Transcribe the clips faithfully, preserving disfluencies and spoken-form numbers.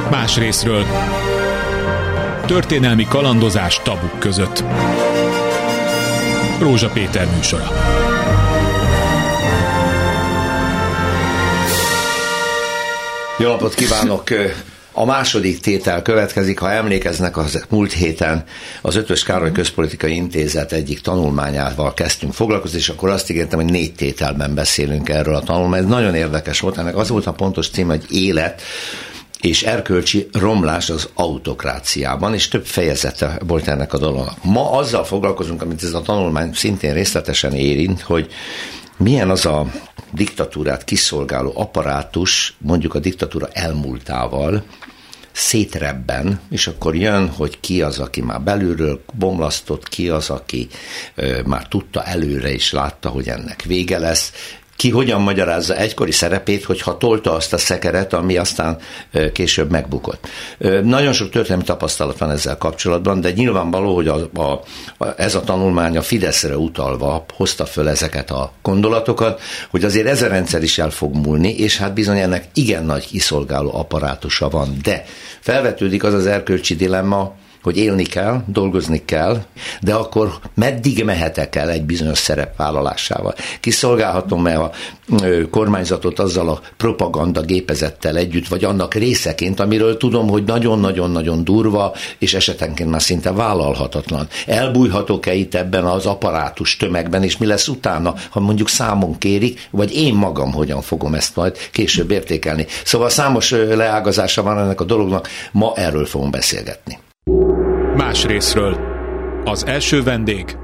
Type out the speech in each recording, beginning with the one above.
Más részről. Történelmi kalandozás tabuk között. Rózsa Péter műsora. Jó napot kívánok! A második tétel következik, ha emlékeznek, az múlt héten az Ötvös Károly Közpolitikai Intézet egyik tanulmányával kezdtünk foglalkozni, és akkor azt ígértem, hogy négy tételben beszélünk erről a tanulmányról. Nagyon érdekes volt, ennek az volt a pontos cím, hogy élet és erkölcsi romlás az autokráciában, és több fejezete volt ennek a dolognak. Ma azzal foglalkozunk, amit ez a tanulmány szintén részletesen érint, hogy milyen az a diktatúrát kiszolgáló apparátus, mondjuk a diktatúra elmúltával szétrebben, és akkor jön, hogy ki az, aki már belülről bomlasztott, ki az, aki ö, már tudta előre és látta, hogy ennek vége lesz, ki hogyan magyarázza egykori szerepét, hogyha tolta azt a szekeret, ami aztán később megbukott. Nagyon sok történelmi tapasztalat van ezzel kapcsolatban, de nyilvánvaló, hogy a, a, ez a tanulmány a Fideszre utalva hozta föl ezeket a gondolatokat, hogy azért ez a rendszer is el fog múlni, és hát bizony ennek igen nagy kiszolgáló apparátusa van. De felvetődik az az erkölcsi dilemma, hogy élni kell, dolgozni kell, de akkor meddig mehetek el egy bizonyos szerepvállalásával? Kiszolgálhatom-e a kormányzatot azzal a propaganda gépezettel együtt, vagy annak részeként, amiről tudom, hogy nagyon-nagyon-nagyon durva, és esetenként már szinte vállalhatatlan. Elbújhatok-e itt ebben az apparátus tömegben, és mi lesz utána, ha mondjuk számon kérik, vagy én magam hogyan fogom ezt majd később értékelni. Szóval számos leágazása van ennek a dolognak, ma erről fogunk beszélgetni. Más részről. Az első vendég.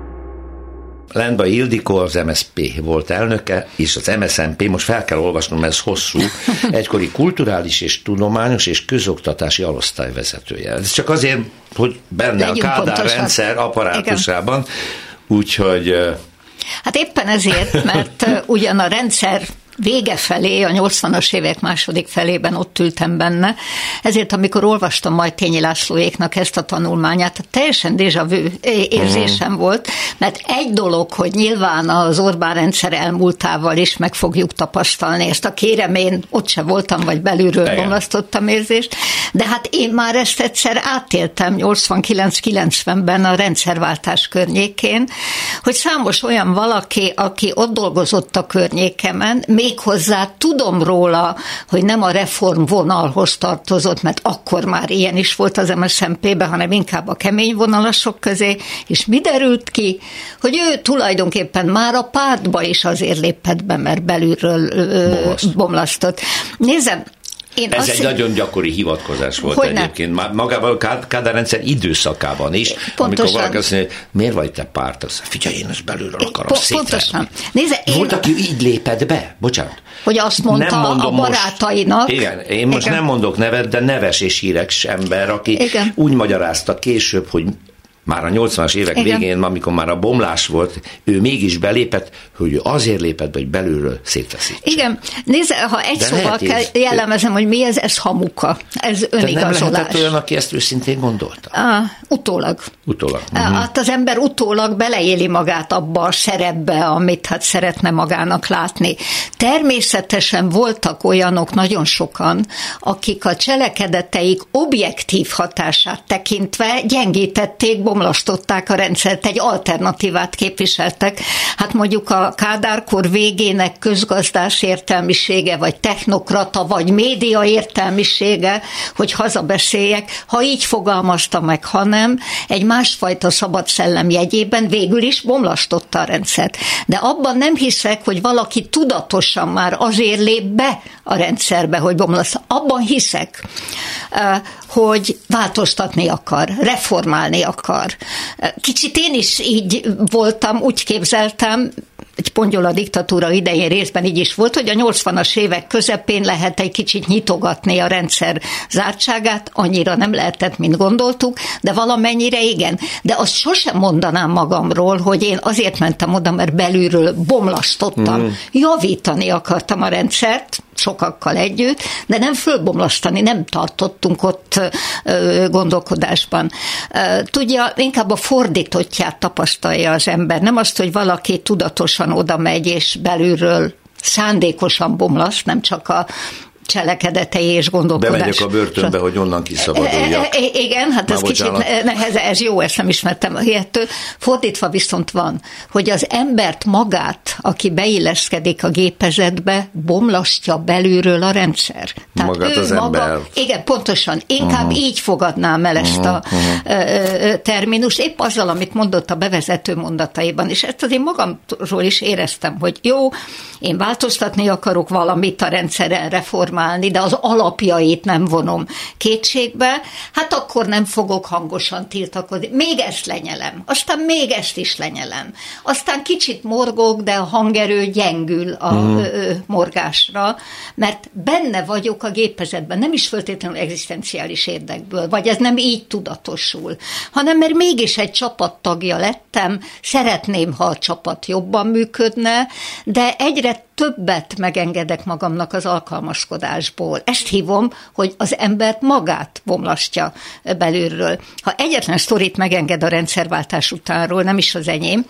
Lendvai Ildikó, az em es zé pé volt elnöke, és az em es zé en pé, most fel kell olvasnom, mert ez hosszú, egykori kulturális és tudományos és közoktatási alosztályvezetője. Ez csak azért, hogy benne a Kádár rendszer apparátusában, úgyhogy... Hát éppen ezért, mert ugyan a rendszer vége felé, a nyolcvanas évek második felében ott ültem benne, ezért amikor olvastam Majthényi Lászlóéknak ezt a tanulmányát, teljesen déjà vu érzésem volt, mert egy dolog, hogy nyilván az Orbán rendszer elmúltával is meg fogjuk tapasztalni, ezt a kérem, én ott se voltam, vagy belülről bomlasztottam érzést, de hát én már ezt egyszer átéltem nyolcvankilenc kilencvenben a rendszerváltás környékén, hogy számos olyan valaki, aki ott dolgozott a környékemen, méghozzá tudom róla, hogy nem a reformvonalhoz tartozott, mert akkor már ilyen is volt az em es zé en pé-ben, hanem inkább a kemény vonalasok közé, és mi derült ki, hogy ő tulajdonképpen már a pártba is azért lépett be, mert belülről Bomaszt. bomlasztott. Nézem, Én Ez egy szépen... nagyon gyakori hivatkozás volt hogy egyébként. Ne? Magában a Kádár rendszer időszakában is, pontosan. Amikor valaki azt mondja, miért vagy te párt? Azt figyelj, én ezt belülről akarom szétrenni. Pontosan. Nézze, én... Volt, aki így lépett be? Bocsánat. Hogy azt mondta a barátainak. Most, igen, én most igen. nem mondok nevet, de neves és híres ember, aki igen. úgy magyarázta később, hogy már a nyolcvanas évek igen. végén, amikor már a bomlás volt, ő mégis belépett, hogy ő azért lépett be, hogy belülről szétfeszítse. Igen. Nézze, ha egy de szóval kell jellemezem, hogy mi ez, ez hamuka. Ez önigazolás. De nem lehetett olyan, aki ezt őszintén gondolta? Ah, utólag. Utólag. Uh-huh. Hát az ember utólag beleéli magát abba a szerepbe, amit hát szeretne magának látni. Természetesen voltak olyanok, nagyon sokan, akik a cselekedeteik objektív hatását tekintve gyengítették, bomlasztották a rendszert, egy alternatívát képviseltek. Hát mondjuk a Kádár-kor végének közgazdás értelmisége, vagy technokrata, vagy média értelmisége, hogy hazabeszéljek, ha így fogalmazta meg, hanem egy másfajta szabad szellem jegyében végül is bomlasztotta a rendszert. De abban nem hiszek, hogy valaki tudatosan már azért lép be a rendszerbe, hogy bomlaszt. Abban hiszek, hogy változtatni akar, reformálni akar. Kicsit én is így voltam, úgy képzeltem, egy Pongyola diktatúra idején részben így is volt, hogy a nyolcvanas évek közepén lehet egy kicsit nyitogatni a rendszer zártságát, annyira nem lehetett, mint gondoltuk, de valamennyire igen. De azt sosem mondanám magamról, hogy én azért mentem oda, mert belülről bomlasztottam, mm. javítani akartam a rendszert, sokakkal együtt, de nem fölbomlasztani, nem tartottunk ott ö, gondolkodásban. Tudja, inkább a fordítottját tapasztalja az ember, nem azt, hogy valaki tudatosan oda megy, és belülről szándékosan bomlaszt, nem csak a cselekedetei és gondolkodás. Bemegyek a börtönbe, hogy onnan kiszabaduljak. Igen, hát ez kicsit nehez, ez jó, ezt nem ismertem a ilyettől. Fordítva viszont van, hogy az embert magát, aki beilleszkedik a gépezetbe, bomlasztja belülről a rendszer. Tehát magát ő az maga, ember. Igen, pontosan. Inkább uh-huh. így fogadnám el ezt uh-huh. a uh, terminust, épp azzal, amit mondott a bevezető mondataiban, és ezt azért magamról is éreztem, hogy jó, én változtatni akarok valamit a rendszeren, reformálni, de az alapjait nem vonom kétségbe, hát akkor nem fogok hangosan tiltakozni. Még ezt lenyelem, aztán még ezt is lenyelem. Aztán kicsit morgok, de a hangerő gyengül a uh-huh. morgásra, mert benne vagyok a gépezetben, nem is feltétlenül egzisztenciális érdekből, vagy ez nem így tudatosul, hanem mert mégis egy csapattagja lettem, szeretném, ha a csapat jobban működne, de egyre többet megengedek magamnak az alkalmazkodásból. Ezt hívom, hogy az embert magát bomlasztja belülről. Ha egyetlen sztorit megenged a rendszerváltás utánról, nem is az enyém,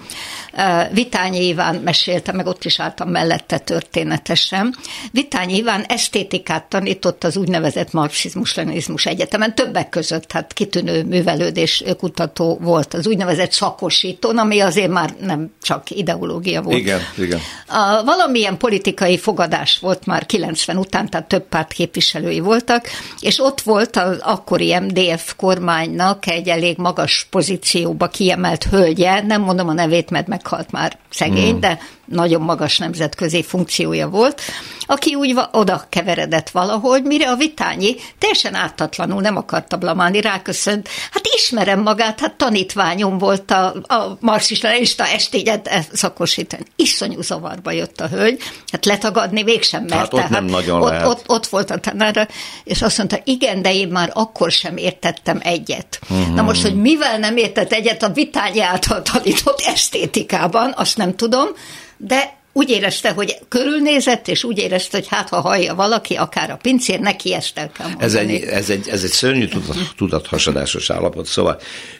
Vitányi Iván mesélte, meg ott is álltam mellette történetesen. Vitányi Iván esztétikát tanított az úgynevezett marxizmus-leninizmus egyetemen, többek között, hát kitűnő művelődés kutató volt az úgynevezett szakosítón, ami azért már nem csak ideológia volt. Igen, igen. A, valamilyen politikai fogadás volt már kilencven után, tehát több párt képviselői voltak, és ott volt az akkori em dé ef kormánynak egy elég magas pozícióba kiemelt hölgye, nem mondom a nevét, mert meghalt már szegény, mm. de nagyon magas nemzetközi funkciója volt, aki úgy oda keveredett valahogy, mire a Vitányi teljesen ártatlanul, nem akarta blamálni, ráköszönt. Hát ismerem magát, hát tanítványom volt a, a marxista estélyet szakosítani. Iszonyú zavarba jött a hölgy, hát letagadni mégsem merte. Hát ott nem hát nagyon ott, lehet. Ott, ott volt a tanára, és azt mondta, igen, de én már akkor sem értettem egyet. Uh-huh. Na most, hogy mivel nem értett egyet a Vitányi által tanított esztétikában, azt nem tudom, de úgy érezte, hogy körülnézett, és úgy érezte, hogy hát, ha hallja valaki, akár a pincér, neki ezt el kell mondani. Ez egy, ez egy, ez egy szörnyű tudathasadásos állapot, szóval,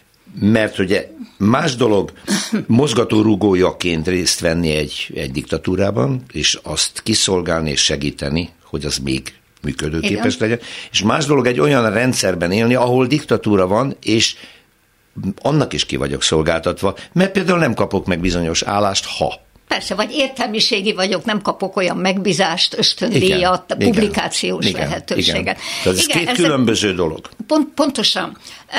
mert ugye más dolog mozgatórugójaként részt venni egy, egy diktatúrában, és azt kiszolgálni és segíteni, hogy az még működőképes legyen, és más dolog egy olyan rendszerben élni, ahol diktatúra van, és annak is ki vagyok szolgáltatva, mert például nem kapok meg bizonyos állást, ha. Persze, vagy értelmiségi vagyok, nem kapok olyan megbízást, ösztöndíjat, igen, publikációs igen, lehetőséget. Igen. Tehát ez igen, két különböző ez dolog. Pont, pontosan.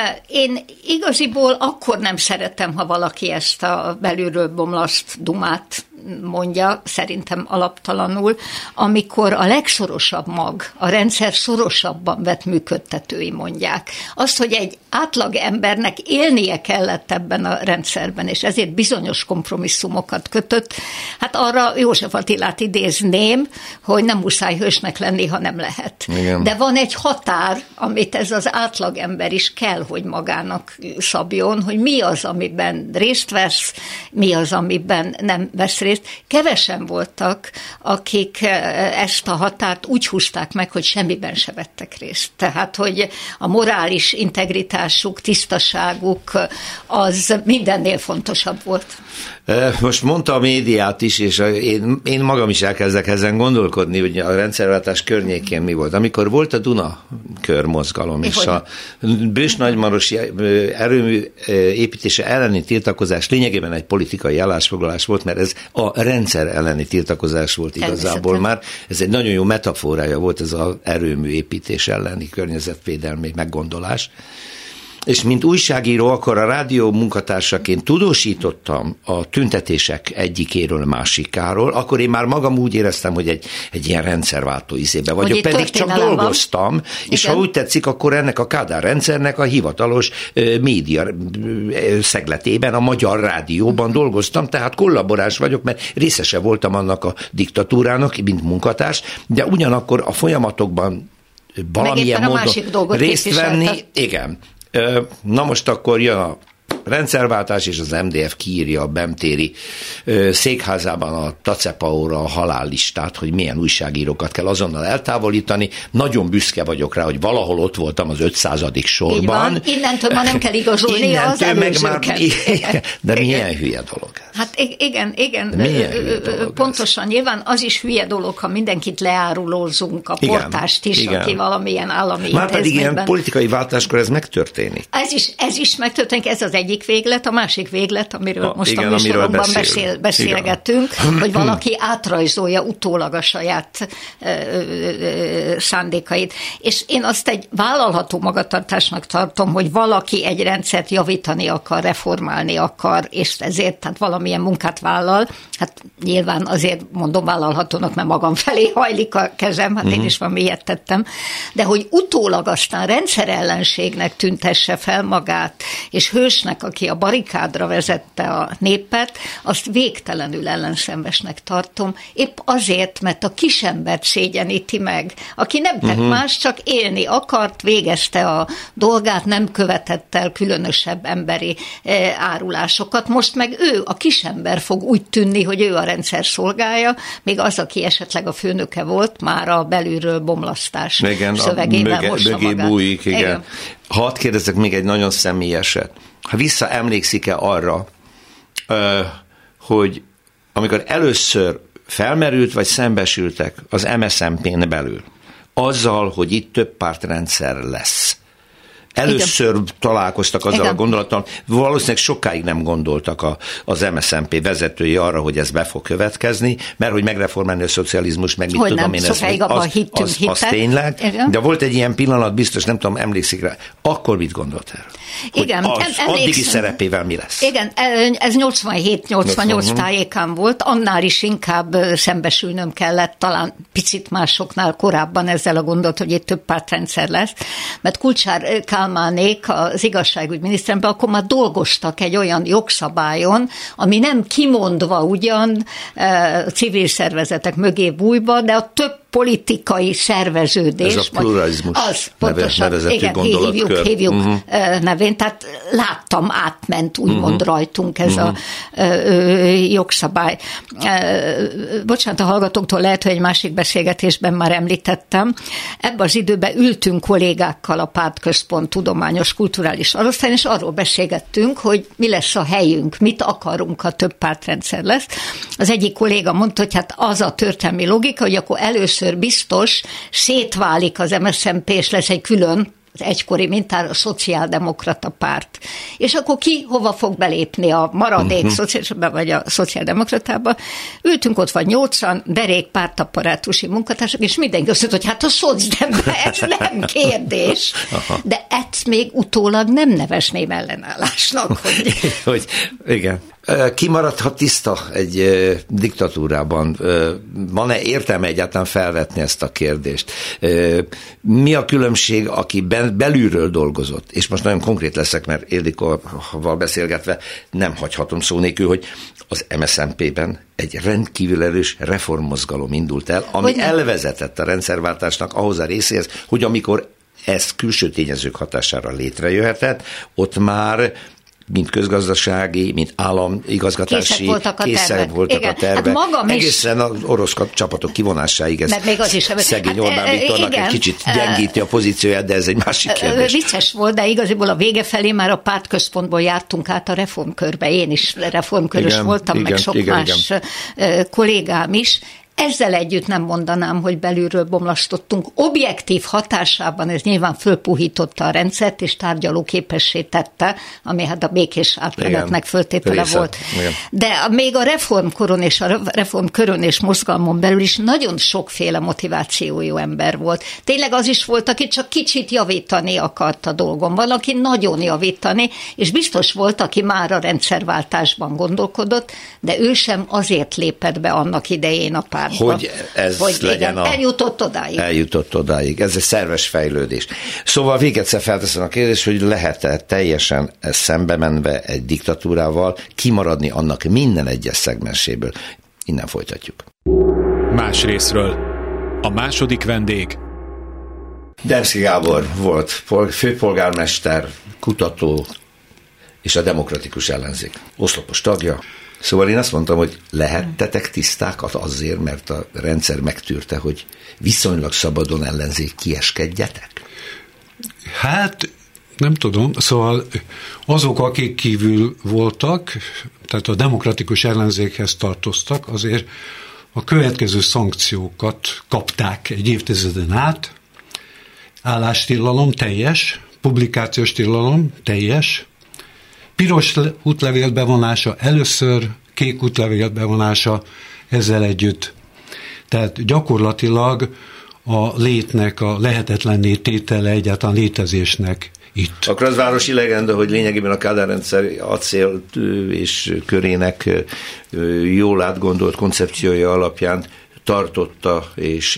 Én igaziból akkor nem szeretem, ha valaki ezt a belülről bomlaszt dumát mondja, szerintem alaptalanul, amikor a legszorosabb mag, a rendszer szorosabban vett működtetői mondják. Azt, hogy egy átlag embernek élnie kellett ebben a rendszerben, és ezért bizonyos kompromisszumokat kötött, hát arra József Attilát idézném, hogy nem muszáj hősnek lenni, ha nem lehet. Igen. De van egy határ, amit ez az átlag ember is kell, hogy magának szabjon, hogy mi az, amiben részt vesz, mi az, amiben nem vesz részt. Kevesen voltak, akik ezt a határt úgy húzták meg, hogy semmiben se vettek részt. Tehát, hogy a morális integritásuk, tisztaságuk az mindennél fontosabb volt. Most mondta a médiát is, és én, én magam is elkezdek ezen gondolkodni, hogy a rendszerváltás környékén mi volt. Amikor volt a Duna körmozgalom, és hogy? A Brüss Nagymarosi erőmű építése elleni tiltakozás lényegében egy politikai állásfoglalás volt, mert ez a rendszer elleni tiltakozás volt igazából már. Ez egy nagyon jó metaforája volt, ez az erőmű építés elleni környezetvédelmi meggondolás. És mint újságíró, akkor a rádió munkatársaként tudósítottam a tüntetések egyikéről, másikáról, akkor én már magam úgy éreztem, hogy egy, egy ilyen rendszerváltó izébe vagyok, pedig csak dolgoztam, van. És igen. Ha úgy tetszik, akkor ennek a Kádár rendszernek a hivatalos uh, média uh, szegletében, a Magyar Rádióban dolgoztam, tehát kollaboráns vagyok, mert részese voltam annak a diktatúrának, mint munkatárs, de ugyanakkor a folyamatokban valamilyen módon részt venni, igen. Na most akkor jön a rendszerváltás, és az em dé ef kiírja a Bemtéri székházában a Tacepaóra a halállistát, hogy milyen újságírókat kell azonnal eltávolítani. Nagyon büszke vagyok rá, hogy valahol ott voltam az ötszázadik sorban. Így van. Innentől már nem kell igazolni az előzőket. De milyen hülye dolog. Hát igen, igen, pontosan nyilván az is hülye dolog, ha mindenkit leárulózunk, a igen, portást is, igen. aki valamilyen állami már pedig ilyen politikai váltáskor ez megtörténik. Ez is, ez is megtörténik, ez az egyik véglet, a másik véglet, amiről a, most igen, a műsorokban beszél, beszélgetünk, igen. hogy valaki átrajzolja utólag a saját ö, ö, szándékait. És én azt egy vállalható magatartásnak tartom, hogy valaki egy rendszert javítani akar, reformálni akar, és ezért tehát valamilyen munkát vállal. Hát nyilván azért mondom vállalhatónak, mert magam felé hajlik a kezem, hát mm. én is valami ilyet tettem. De hogy utólag aztán rendszerellenségnek tüntesse fel magát, és hősnek, aki a barikádra vezette a népet, azt végtelenül ellenszenvesnek tartom. Épp azért, mert a kisembert szégyeníti meg, aki nem tett uh-huh. más, csak élni akart, végezte a dolgát, nem követett el különösebb emberi eh, árulásokat. Most meg ő, a kisember fog úgy tűnni, hogy ő a rendszer szolgálja, még az, aki esetleg a főnöke volt, már a belülről bomlasztás igen, szövegével möge, mossa mögé magát. Bújik, igen. igen. Hadd kérdezzek még egy nagyon személyeset. Ha visszaemlékszik-e arra, hogy amikor először felmerült, vagy szembesültek az em es zé em pén belül, azzal, hogy itt több pártrendszer lesz. Először igen. találkoztak azzal igen. a gondolattal, valószínűleg sokáig nem gondoltak a, az em es zé em pé vezetői arra, hogy ez be fog következni, mert hogy megreformálni a szocializmus, meg mit hogy tudom nem, én, ez az, hittünk, az, az tényleg, igen. de volt egy ilyen pillanat, biztos, nem tudom, emlékszik rá, akkor mit gondolt erről? Igen, az addigi szerepével mi lesz? Igen, ez nyolcvanhét nyolcvannyolc tájékán volt, annál is inkább szembesülnöm kellett, talán picit másoknál korábban ezzel a gondolat, hogy itt több pártrendszer lesz, mert Kulcsár Kálmánék, az igazságügyminiszteremben, akkor már dolgoztak egy olyan jogszabályon, ami nem kimondva ugyan civil szervezetek mögé bújva, de a több politikai szerveződés. Ez a pluralizmus az, pontosan, nevezetű igen, gondolatkör. Hívjuk, hívjuk uh-huh. nevén, tehát láttam, átment úgymond uh-huh. rajtunk ez uh-huh. a ö, jogszabály. Bocsánat, a hallgatóktól lehet, hogy egy másik beszélgetésben már említettem. Ebben az időben ültünk kollégákkal a Pártközpont tudományos kulturális arosztályon, és arról beszélgettünk, hogy mi lesz a helyünk, mit akarunk, ha több pártrendszer lesz. Az egyik kolléga mondta, hogy hát az a történelmi logika, hogy akkor először biztos szétválik az em es zé em pé, és lesz egy külön, az egykori mintára a szociáldemokrata párt. És akkor ki hova fog belépni a maradék uh-huh. szociálisba, vagy a szociáldemokratába? Ültünk ott vagy nyolcan, derék pártapparátusi munkatársak, és mindenki azt mondta, hogy hát a szocdembe, ez nem kérdés. Aha. De ezt még utólag nem nevezném ellenállásnak. Hogy, hogy igen. Kimaradhat tiszta egy diktatúrában? Van-e értelme egyáltalán felvetni ezt a kérdést? Mi a különbség, aki belülről dolgozott? És most nagyon konkrét leszek, mert Ildikóval beszélgetve nem hagyhatom szó nélkül, hogy az em es zé em pében egy rendkívül erős reformmozgalom indult el, ami hogy elvezetett a rendszerváltásnak ahhoz a részéhez, hogy amikor ez külső tényezők hatására létrejöhetett, ott már mint közgazdasági, mint államigazgatási készek voltak a készek tervek. Voltak a tervek. Hát egészen az orosz csapatok kivonásáig ez még az is, szegény Orbán hát, Viktornak igen, egy kicsit gyengíti a pozícióját, de ez egy másik kérdés. Vicces volt, de igaziból a vége felé már a Pártközpontból jártunk át a reformkörbe. Én is reformkörös igen, voltam, igen, meg sok igen, más igen. kollégám is. Ezzel együtt nem mondanám, hogy belülről bomlasztottunk. Objektív hatásában ez nyilván fölpuhította a rendszert, és tárgyalóképessé tette, ami hát a békés átmenetnek föltétele része. Volt. Igen. De még a reformkoron és a reformkörön és mozgalmon belül is nagyon sokféle motivációjú ember volt. Tényleg az is volt, aki csak kicsit javítani akart a dolgon. Van, aki nagyon javítani, és biztos volt, aki már a rendszerváltásban gondolkodott, de ő sem azért lépett be annak idején a pár. Hogy ez hogy legyen igen, a... Eljutott odáig. Eljutott odáig. Ez egy szerves fejlődés. Szóval még egyszer felteszem a kérdést, hogy lehet-e teljesen szembe menve egy diktatúrával kimaradni annak minden egyes szegmenséből. Innen folytatjuk. Más részről. A második vendég. Demszky Gábor volt főpolgármester, kutató és a Demokratikus Ellenzék oszlopos tagja. Szóval én azt mondtam, hogy lehettetek tisztákat azért, mert a rendszer megtűrte, hogy viszonylag szabadon ellenzék kieskedjetek? Hát Nem tudom, szóval azok, akik kívül voltak, tehát a demokratikus ellenzékhez tartoztak, azért a következő szankciókat kapták egy évtizeden át. Állástilalom teljes, publikációs tilalom teljes, piros útlevél bevonása először, kék útlevél bevonása ezzel együtt. Tehát gyakorlatilag a létnek, a lehetetlenné tétele egyáltalán létezésnek itt. Akkor az városi legenda, hogy lényegében a Kádár rendszer acél és körének jól átgondolt koncepciója alapján tartotta és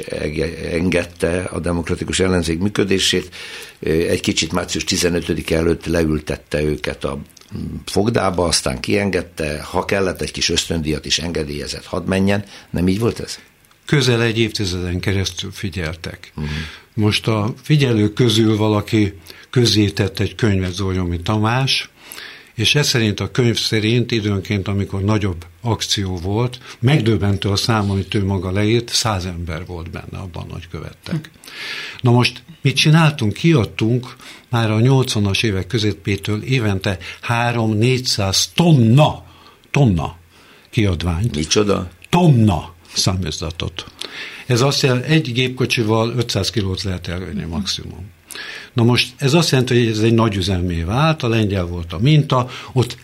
engedte a demokratikus ellenzék működését. Egy kicsit március tizenötödike előtt leültette őket a fogdába, aztán kiengedte, ha kellett, egy kis ösztöndíjat is engedélyezett, hadd menjen. Nem így volt ez? Közel egy évtizeden keresztül figyeltek. Uh-huh. Most a figyelők közül valaki közzétett egy könyvet, Zolyomi Tamás, és ez szerint a könyv szerint időnként, amikor nagyobb akció volt, megdöbbentő a szám, amit ő maga leírt, száz ember volt benne, abban nagy követtek. Na most mit csináltunk? Kiadtunk már a nyolcvanas évek közepétől évente három-négyszáz tonna, tonna kiadványt. Micsoda? Tonna számizdatot. Ez azt jelenti, egy gépkocsival ötszáz kilót lehet elvenni maximum. Na most ez azt jelenti, hogy ez egy nagy üzemmé vált, a lengyel volt a minta, ott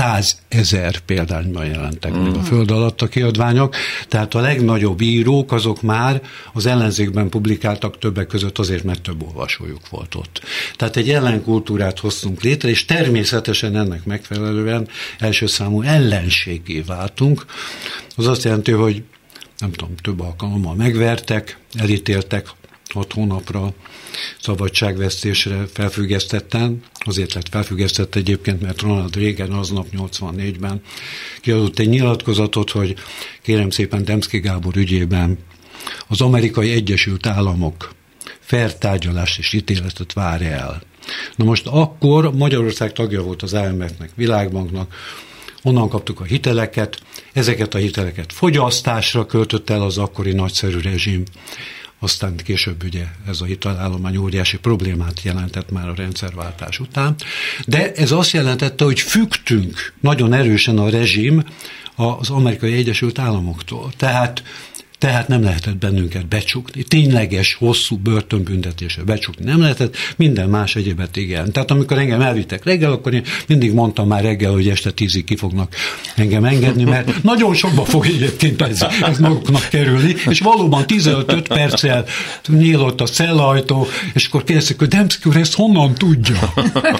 százezer példányban jelentek meg a föld alatt a kiadványok, tehát a legnagyobb írók azok már az ellenzékben publikáltak, többek között azért, mert több olvasójuk volt ott. Tehát egy ellenkultúrát hoztunk létre, és természetesen ennek megfelelően első számú ellenséggé váltunk. Az azt jelenti, hogy nem tudom, több alkalommal megvertek, elítéltek hat hónapra, szabadságvesztésre felfüggesztetten, azért lett felfüggesztett egyébként, mert Ronald Reagan aznap nyolcvannégyben kiadott egy nyilatkozatot, hogy kérem szépen Dembszky Gábor ügyében az Amerikai Egyesült Államok fair tárgyalást és ítéletet vár el. Na most akkor Magyarország tagja volt az I M F-nek, Világbanknak, onnan kaptuk a hiteleket, ezeket a hiteleket fogyasztásra költött el az akkori nagyszerű rezsim, aztán később ugye ez a hitelállomány óriási problémát jelentett már a rendszerváltás után, de ez azt jelentette, hogy függtünk nagyon erősen a rezsim az Amerikai Egyesült Államoktól. Tehát Tehát nem lehetett bennünket becsukni. Tényleges, hosszú börtönbüntetésre becsukni nem lehetett, minden más egyébet igen. Tehát amikor engem elvittek reggel, akkor én mindig mondtam már reggel, hogy este tízig ki fognak engem engedni, mert nagyon sokba fog egyébként ez, ez maguknak kerülni, és valóban tizenöt perccel nyílott a cellajtó, és akkor kérdezik, hogy Dembszky úr ezt honnan tudja?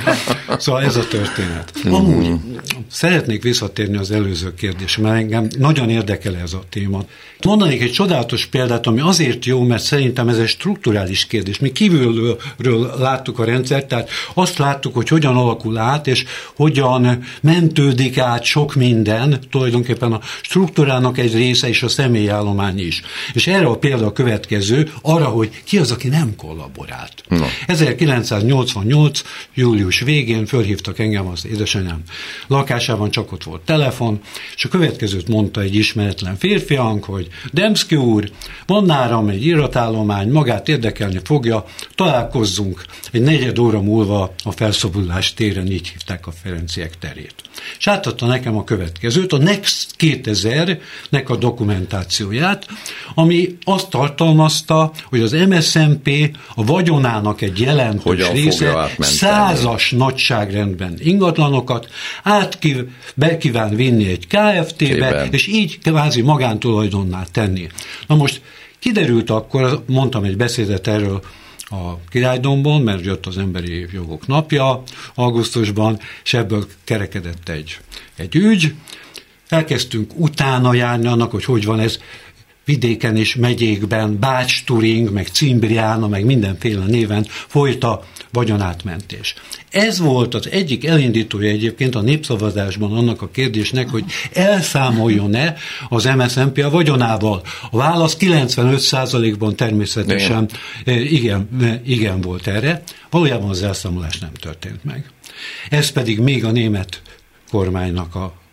Szóval ez a történet. Amúgy szeretnék visszatérni az előző kérdésre, mert engem nagyon érdekel ez a téma. Mondanék egy csodálatos példát, ami azért jó, mert szerintem ez egy strukturális kérdés. Mi kívülről láttuk a rendszert, tehát azt láttuk, hogy hogyan alakul át, és hogyan mentődik át sok minden, tulajdonképpen a struktúrának egy része, és a személyállomány is. És erre a példa a következő, arra, hogy ki az, aki nem kollaborált. No. ezerkilencszáznyolcvannyolc. július végén fölhívtak engem az édesanyám lakásában, csak ott volt telefon, és a következőt mondta egy ismeretlen férfiank, hogy Dembszky úr, van nálam egy iratállomány, magát érdekelni fogja, találkozzunk egy negyed óra múlva a Felszabadulás téren, így hívták a Ferenciek terét. És átadta nekem a következőt, a Next kétezernek a dokumentációját, ami azt tartalmazta, hogy az em es zé em pé a vagyonának egy jelentős része százas nagyságrendben ingatlanokat át be kíván vinni egy ká ef té-be, és így kvázi magántulajdonná tenni. Na most kiderült akkor, mondtam egy beszédet erről a Királydombon, mert jött az Emberi Jogok Napja augusztusban, és ebből kerekedett egy, egy ügy. Elkezdtünk utána járni annak, hogy hogy van ez vidéken és megyékben, Bács-Turing, meg Cimbriána, meg mindenféle néven folyt a vagyonátmentés. Ez volt az egyik elindítója egyébként a népszavazásban annak a kérdésnek, hogy elszámoljon-e az em es zé em pé a vagyonával. A válasz kilencvenöt százalékban természetesen igen, igen volt erre. Valójában az elszámolás nem történt meg. Ez pedig még a német kormánynak a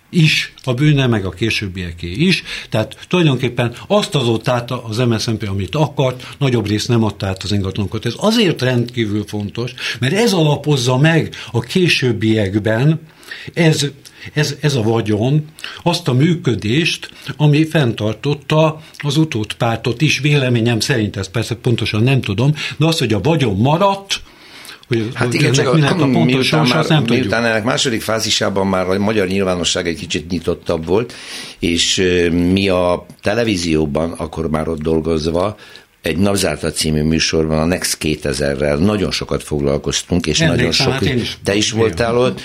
is a bűne, meg a későbbieké is. Tehát tulajdonképpen azt adott át az em es zé en pé, amit akart, nagyobb részt nem adta át az ingatlanokat. Ez azért rendkívül fontos, mert ez alapozza meg a későbbiekben, ez, ez, ez a vagyon, azt a működést, ami fenntartotta az utódpártot is, véleményem szerint, ezt persze pontosan nem tudom, de az, hogy a vagyon maradt, hogy hát igen, csak a, a pontos sors, már, nem miután tudjuk. ennek második fázisában már a magyar nyilvánosság egy kicsit nyitottabb volt, és mi a televízióban, akkor már ott dolgozva, egy Napzárta című műsorban, a Next kétezerrel nagyon sokat foglalkoztunk, és Emlékszem, nagyon sok, hát is te is voltál ott,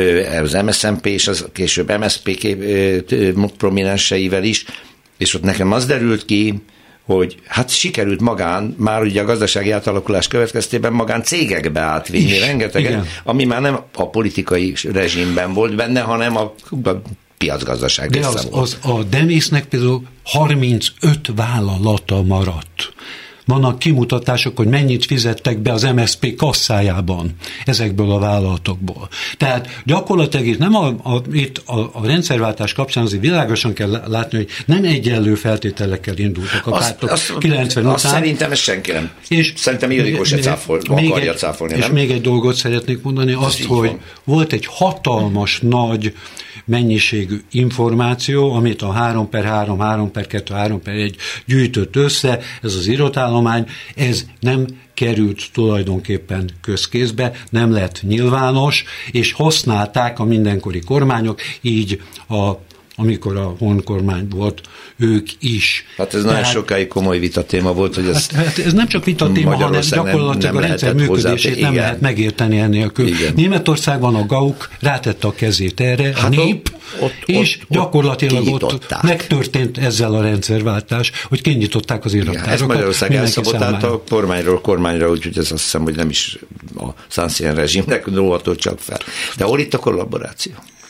az em es zé en pé és az később em es zé pé prominenseivel is, és ott nekem az derült ki, hogy hát sikerült magán, már ugye a gazdasági átalakulás következtében magán cégekbe átvinni rengetegen, ami már nem a politikai rezsimben volt benne, hanem a, a piacgazdaság de része az, volt. az a Demésznek például harmincöt vállalata maradt. Vannak kimutatások, hogy mennyit fizettek be az em es zé pé kasszájában ezekből a vállalatokból. Tehát gyakorlatilag itt, nem a, a, itt a, a rendszerváltás kapcsán azért világosan kell látni, hogy nem egyenlő feltételekkel indultak a azt, pártok azt, kilencven azt után. Szerintem ez senki nem. És szerintem Ildikó se cáfol, akarja egy, cáfolni. És nem? még egy dolgot szeretnék mondani, azt, ez hogy van. volt egy hatalmas nagy mennyiségű információ, amit a három per három, három per kettő, három per egy gyűjtött össze, ez az iratállomány, ez nem került tulajdonképpen közkézbe, nem lett nyilvános, és használták a mindenkori kormányok, így a amikor a honkormány volt, ők is. Hát ez Tehát, nagyon sokáig komoly vitatéma volt, hogy ez... Hát, hát ez nem csak vitatéma, hanem gyakorlatilag nem, nem a rendszer működését hozzá, nem igen. lehet megérteni ennélkül. Igen. Németországban a GAUK rátette a kezét erre, hát a nép, ott, és ott, gyakorlatilag ott, ott megtörtént ezzel a rendszerváltás, hogy kinyitották az irattárokat. Ez Magyarország elszabotált a kormányról kormányra, úgyhogy ez azt hiszem, hogy nem is a Sanszien rezsimnek róható csak fel. De hol itt a kollaboráció?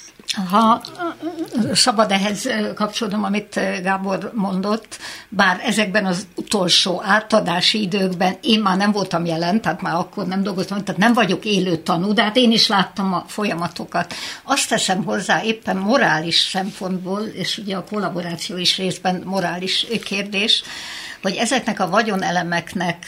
Ha szabad ehhez kapcsolódom, amit Gábor mondott, bár ezekben az utolsó átadási időkben én már nem voltam jelen, tehát már akkor nem dolgoztam, tehát nem vagyok élő tanú, de hát én is láttam a folyamatokat. Azt teszem hozzá éppen morális szempontból, és ugye a kollaboráció is részben morális kérdés, hogy ezeknek a vagyonelemeknek,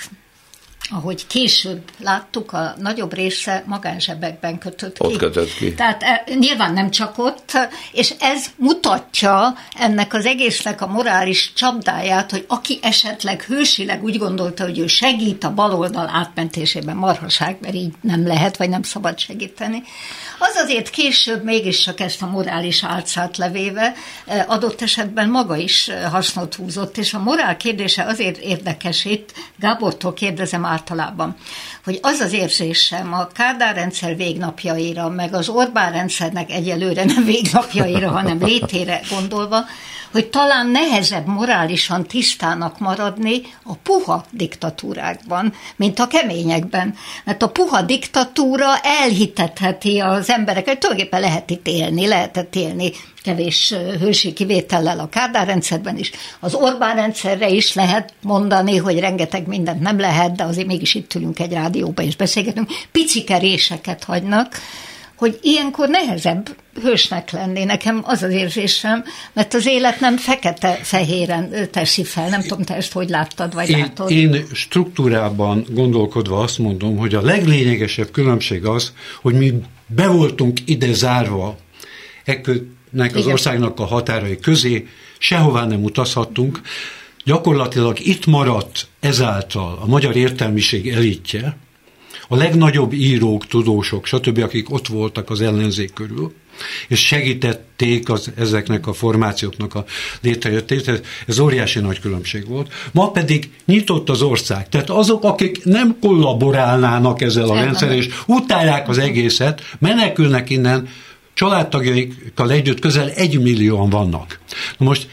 ahogy később láttuk, a nagyobb része magánzsebekben kötött ki. Ott kötött ki. Tehát e, nyilván nem csak ott, és ez mutatja ennek az egésznek a morális csapdáját, hogy aki esetleg hősileg úgy gondolta, hogy ő segít a baloldal átmentésében, marhaság, mert így nem lehet, vagy nem szabad segíteni, az azért később mégiscsak ezt a morális álcát levéve adott esetben maga is hasznot húzott, és a morál kérdése azért érdekes itt, Gábortól kérdezem általában, hogy az az érzésem a Kádár rendszer végnapjaira, meg az Orbán rendszernek egyelőre nem végnapjaira, hanem létére gondolva, hogy talán nehezebb morálisan tisztának maradni a puha diktatúrákban, mint a keményekben. Mert a puha diktatúra elhitetheti az embereket, tulajdonképpen lehet itt élni, lehetett élni kevés hősi kivétellel a Kádár rendszerben is. Az Orbán rendszerre is lehet mondani, hogy rengeteg mindent nem lehet, de azért mégis itt ülünk egy rádióban és beszélgetünk. Picike réseket hagynak, hogy ilyenkor nehezebb hősnek lenni. Nekem az az érzésem, mert az élet nem fekete-fehéren teszi fel. Nem tudom, te ezt hogy láttad, vagy én, látod? Én struktúrában gondolkodva azt mondom, hogy a leglényegesebb különbség az, hogy mi be voltunk ide zárva ennek az Igen. országnak a határai közé, sehová nem utazhattunk. Gyakorlatilag itt maradt ezáltal a magyar értelmiség elitje, a legnagyobb írók, tudósok, stb., akik ott voltak az ellenzék körül, és segítették az, ezeknek a formációknak a létrejöttét. Ez óriási nagy különbség volt. Ma pedig nyitott az ország. Tehát azok, akik nem kollaborálnának ezzel a rendszerrel, és utálják az egészet, menekülnek innen, családtagjaikkal együtt közel egy millióan vannak. Na most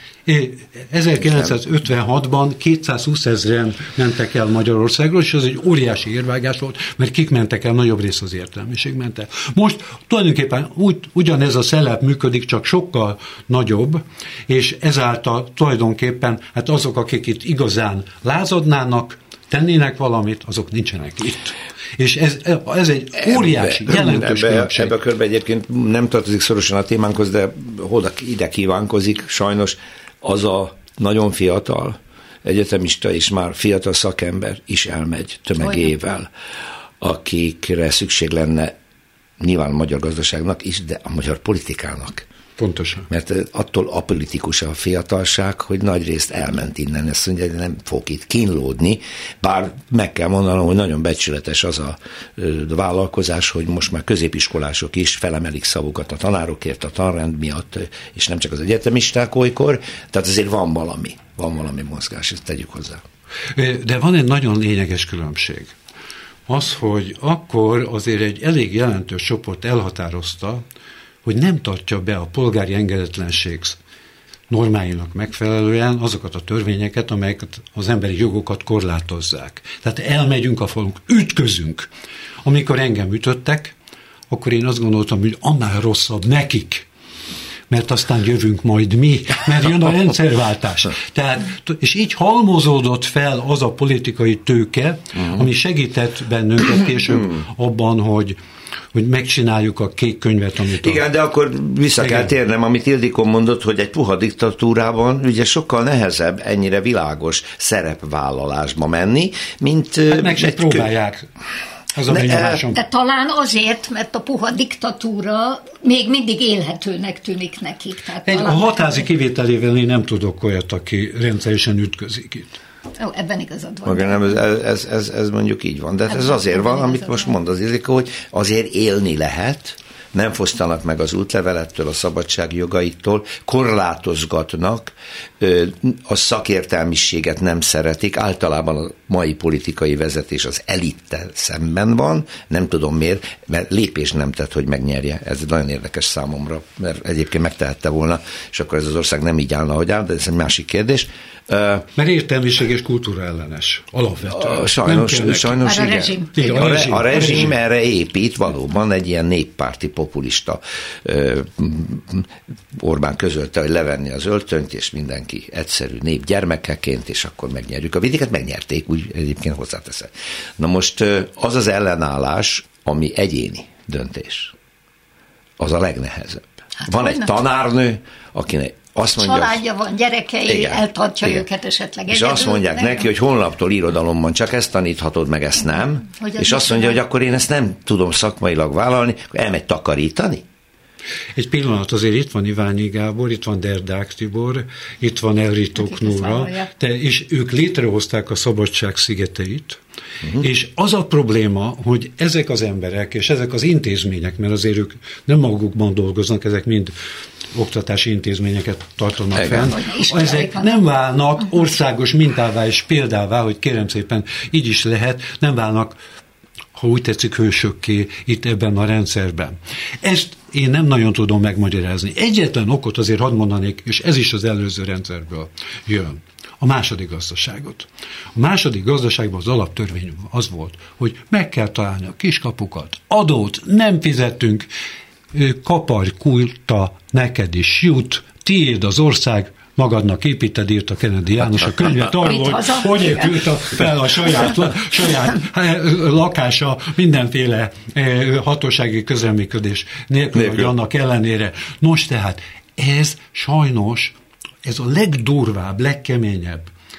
ezerkilencszázötvenhatban kétszázhúszezren mentek el Magyarországról, és ez egy óriási érvágás volt, mert kik mentek el, nagyobb rész az értelmiség ment el. Most tulajdonképpen úgy, ugyanez a szellep működik, csak sokkal nagyobb, és ezáltal tulajdonképpen hát azok, akik itt igazán lázadnának, tennének valamit, azok nincsenek itt. És ez, ez egy óriási, ebbe, jelentős ebbe, különbség. Ebbe a körbe egyébként nem tartozik szorosan a témánkhoz, de oda, ide kívánkozik sajnos az a nagyon fiatal egyetemista és már fiatal szakember is elmegy tömegével, akikre szükség lenne nyilván a magyar gazdaságnak is, de a magyar politikának. Pontosan. Mert attól apolitikus a fiatalság, hogy nagyrészt elment innen, ezt mondja, hogy nem fog itt kínlódni, bár meg kell mondanom, hogy nagyon becsületes az a vállalkozás, hogy most már középiskolások is felemelik szavukat a tanárokért, a tanrend miatt, és nem csak az egyetemisták olykor, tehát azért van valami, van valami mozgás, ezt tegyük hozzá. De van egy nagyon lényeges különbség. Az, hogy akkor azért egy elég jelentős csoport elhatározta, hogy nem tartja be a polgári engedetlenség normáinak megfelelően azokat a törvényeket, amelyeket az emberi jogokat korlátozzák. Tehát elmegyünk a falunk, ütközünk. Amikor engem ütöttek, akkor én azt gondoltam, hogy annál rosszabb nekik, mert aztán jövünk majd mi, mert jön a rendszerváltás. Tehát, és így halmozódott fel az a politikai tőke, ami segített bennünket később abban, hogy hogy megcsináljuk a kék könyvet, amit... Igen, a... de akkor vissza Igen. kell térnem, amit Ildikó mondott, hogy egy puha diktatúrában ugye sokkal nehezebb ennyire világos szerepvállalásba menni, mint... Hát meg se próbálják. Az a benyomásom. De talán azért, mert a puha diktatúra még mindig élhetőnek tűnik nekik. Tehát egy, a hatázi kivételével én nem tudok olyat, aki rendszeresen ütközik itt. Ó, ebben igazad van. Maga nem, ez, ez, ez, ez mondjuk így van. De ez azért van, amit most mond az Ildikó, hogy azért élni lehet, nem fosztanak meg az útlevelettől, a szabadságjogaitól, korlátozgatnak, a szakértelmiséget nem szeretik, általában a mai politikai vezetés az elittel szemben van, nem tudom miért, mert lépés nem tett, hogy megnyerje. Ez nagyon érdekes számomra, mert egyébként megtehette volna, és akkor ez az ország nem így állna, hogy áll, de ez egy másik kérdés. Mert értelmiség és kultúra ellenes, alapvetően. Sajnos, sajnos a igen. rezsim. Igen. A, rezsim. a rezsim erre épít valóban egy ilyen néppárti populista uh, Orbán közölte, hogy levenni az öltönyt, és mindenki egyszerű nép gyermekeként, és akkor megnyerjük a vidéket. Megnyerték, úgy egyébként hozzáteszem. Na most az az ellenállás, ami egyéni döntés, az a legnehezebb. Hát van egy tanárnő, akinek azt mondja, családja van, gyerekei, igen, eltartja igen. őket esetleg és egyedül. azt mondják nem? neki, hogy holnaptól irodalomban csak ezt taníthatod, meg ezt nem, hogy és azt mondja, hogy akkor én ezt nem tudom szakmailag vállalni, akkor elmegy takarítani. Egy pillanat, azért itt van Iványi Gábor, itt van Derdák Tibor, itt van Elrito Knóra, és ők létrehozták a Szabadság szigeteit, uh-huh. és az a probléma, hogy ezek az emberek, és ezek az intézmények, mert azért ők nem magukban dolgoznak, ezek mind oktatási intézményeket tartanak fenn, ezek nem válnak országos mintává és példává, hogy kérem szépen, így is lehet, nem válnak, ha úgy tetszik, hősökké itt ebben a rendszerben. Ezt én nem nagyon tudom megmagyarázni. Egyetlen okot azért hadd mondanék, és ez is az előző rendszerből jön. A második gazdaságot. A második gazdaságban az alaptörvény az volt, hogy meg kell találni a kiskapukat, adót nem fizetünk, kaparj kulta, neked is jut, tiéd az ország, magadnak építed, írta Kennedy János a könyvet arról, hogy hogy épült fel a saját, saját lakása mindenféle hatósági közreműködés nélkül, hogy annak ellenére. Nos, tehát ez sajnos, ez a legdurvább, legkeményebb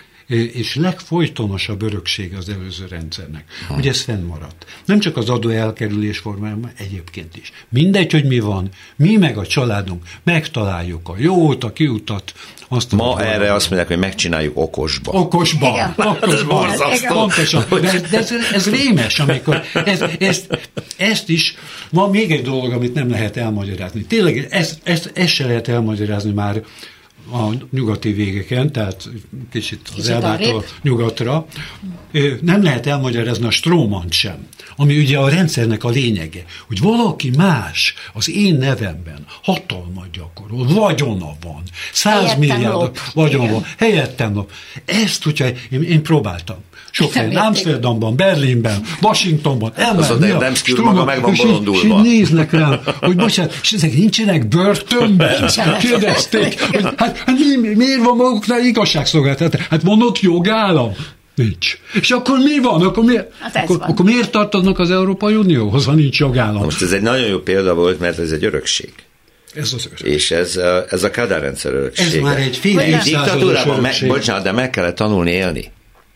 és legfolytonosabb örökség az előző rendszernek, ha. hogy ez fennmaradt. Nem csak az adó elkerülés formájában, egyébként is. Mindegy, hogy mi van, mi meg a családunk megtaláljuk a jót, a kiutat. Azt Ma a erre van. Azt mondják, hogy megcsináljuk okosba. Okosba. Igen. Okosba. Pontosan. De, de ez, ez rémes, amikor ez, ezt, ezt is, van még egy dolog, amit nem lehet elmagyarázni. Tényleg ezt, ezt, ezt se lehet elmagyarázni már a nyugati végeken, tehát kicsit az Elbától nyugatra, nem lehet elmagyarázni a Strómant sem, ami ugye a rendszernek a lényege, hogy valaki más az én nevemben hatalmat gyakorol, vagyona van, százmilliárd vagyona van, helyettem lop. Ezt, hogyha én, én próbáltam. Sok helyen, Amsterdamban, Berlinben, Washingtonban, elmenni a Struma, meg van bolondulva. És néznek rám, hogy bocsánat, és ezek nincsenek börtönben? Kérdezték, hogy hát, hát mi, miért van maguknál igazságszolgáltatás? Hát van ott jogállam? Nincs. És akkor mi van? Akkor, mi, hát akkor, van. akkor miért tartoznak az Európai Unióhoz, ha nincs jogállam? Most ez egy nagyon jó példa volt, mert ez egy örökség. Ez az örökség. És ez, ez a Kádár rendszer öröksége. Ez már egy fél Egy évszázados diktatúrában, me, örökség. bocsánat, de meg kellett tanulni élni.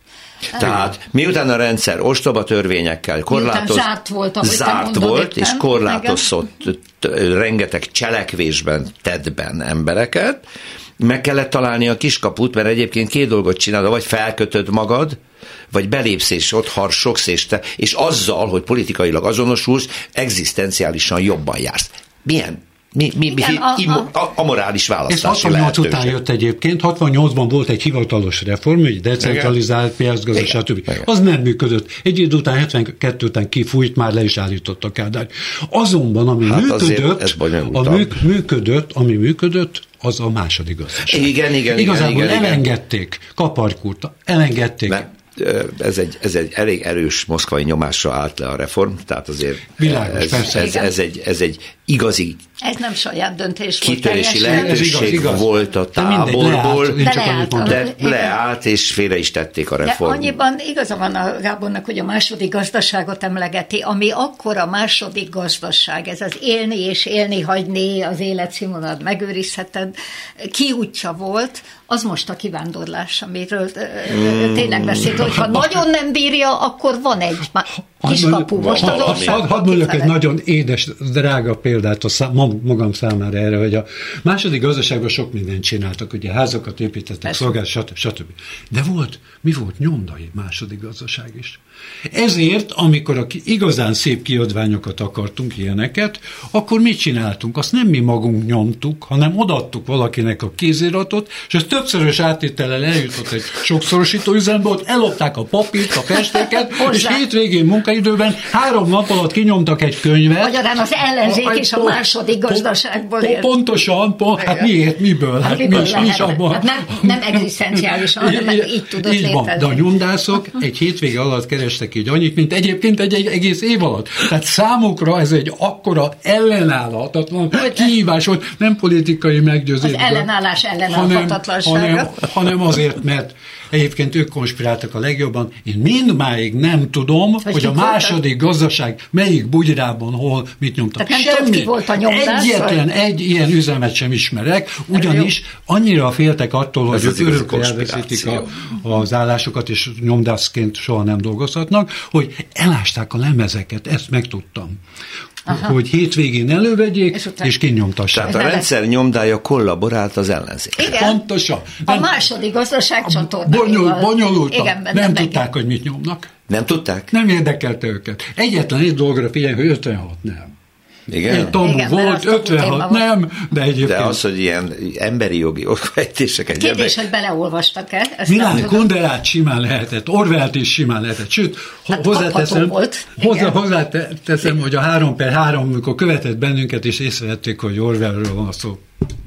Tehát miután a rendszer ostoba törvényekkel korlátoz, zárt volt, ahogy zárt mondod, volt éppen. és korlátozott rengeteg cselekvésben, tettben embereket, meg kellett találni a kiskaput, mert egyébként két dolgot csinálod, vagy felkötöd magad, vagy belépsz és ott harsogsz, és, te, és azzal, hogy politikailag azonosulsz, egzisztenciálisan jobban jársz. Milyen? Mi, mi, mi, Igen, a, a, a, a morális választási Ez hatvannyolc lehetőség. után jött egyébként, hatvannyolcban volt egy hivatalos reform, egy decentralizált piacgazdaság, stb. Az nem működött. Egy idő után, hetvenkettő után kifújt, már le is állította Kádár. Azonban, ami Hát működött, a mű, működött, ami működött, az a második gazdaság. Igen, igen, Igazából igen, igen, elengedték, kaparkult, elengedték. Mert ez egy, ez egy elég erős moszkvai nyomásra állt le a reform, tehát azért Világos, ez, persze. ez, ez, egy, ez egy igazi Ez nem saját döntés volt. kitörési teljesen. lehetőség Ez igaz, igaz. volt a De mindegy, táborból, leállt. Én De csak annyit leállt. mondom. de Igen. leállt, és félre is tették a De reform. annyiban igaza van a Gábornak, hogy a második gazdaságot emlegeti, ami akkor a második gazdaság, ez az élni és élni hagyni, az életszínvonalat megőrizheted, kiútja volt, az most a kivándorlás, amiről mm. tényleg beszélt, hogy ha nagyon nem bírja, akkor van egy kiskapu most az országban. Hadd mondjak egy nagyon édes, drága példát a szám, magam számára erre, hogy a második gazdaságban sok mindent csináltak, ugye házakat építettek, szolgált, stb. stb. De volt, mi volt? Nyomdai második gazdaság is. Ezért, amikor a igazán szép kiadványokat akartunk, ilyeneket, akkor mit csináltunk? Azt nem mi magunk nyomtuk, hanem odaadtuk valakinek a kéziratot, és ez többszörös áttétellel eljutott egy sokszorosító üzembe, ott ellopták a papírt, a festéket, és hétvégén munkaidőben három nap alatt kinyomtak egy könyvet. Magyarán az ellenzék és a második gazdaságból élt. Pontosan, pont, hát miért, miből? Hát, miből mi, mi is abban? Hát nem, nem egzisztenciálisan, hanem így tudott így van. létezni. De a nyomdászok egy hétvége alatt kerestek így annyit, mint egyébként egy, egy egész év alatt. Tehát számukra ez egy akkora ellenállhatatlan kihívás volt, nem politikai meggyőzésből. Az ellenállás ellenállhatatlansága. Hanem, hanem azért, mert egyébként ők konspiráltak a legjobban. Én mindmáig nem tudom, hogy, hogy a második gazdaság melyik bugyrában hol mit nyomtak. Tehát nem tudom, ki volt a nyomdász? Egyetlen egy ilyen üzemet sem ismerek, ugyanis annyira féltek attól, hogy ők örökre elveszítik a, az állásokat, és nyomdászként soha nem dolgozhatnak, hogy elásták a lemezeket, ezt megtudtam. Aha. Hogy hétvégén elővegyék, és, és kinyomtassák. Tehát a rendszer nyomdája kollaborált az ellenzék. Igen. Pontosan. A nem, második gazdaság csatornáival. Bonyol, bonyolultan. Igen, nem, nem tudták, meg. hogy mit nyomnak. Nem tudták? Nem érdekelte őket. Egyetlen egy dologra figyelj, hogy ötvenhat nem. Igen? Egy tabu Igen, volt, ötvenhat nem, de egyébként... De az, hogy ilyen emberi jogi okfejtéseket... Kérdés, hogy beleolvastak-e? Milán Kunderát simán lehetett, Orwellt is simán lehetett, sőt, hát hozzáteszem, volt. Hozzá, hozzáteszem, hogy a három per három, amikor követett bennünket, és észrevették, hogy Orwellről van szó.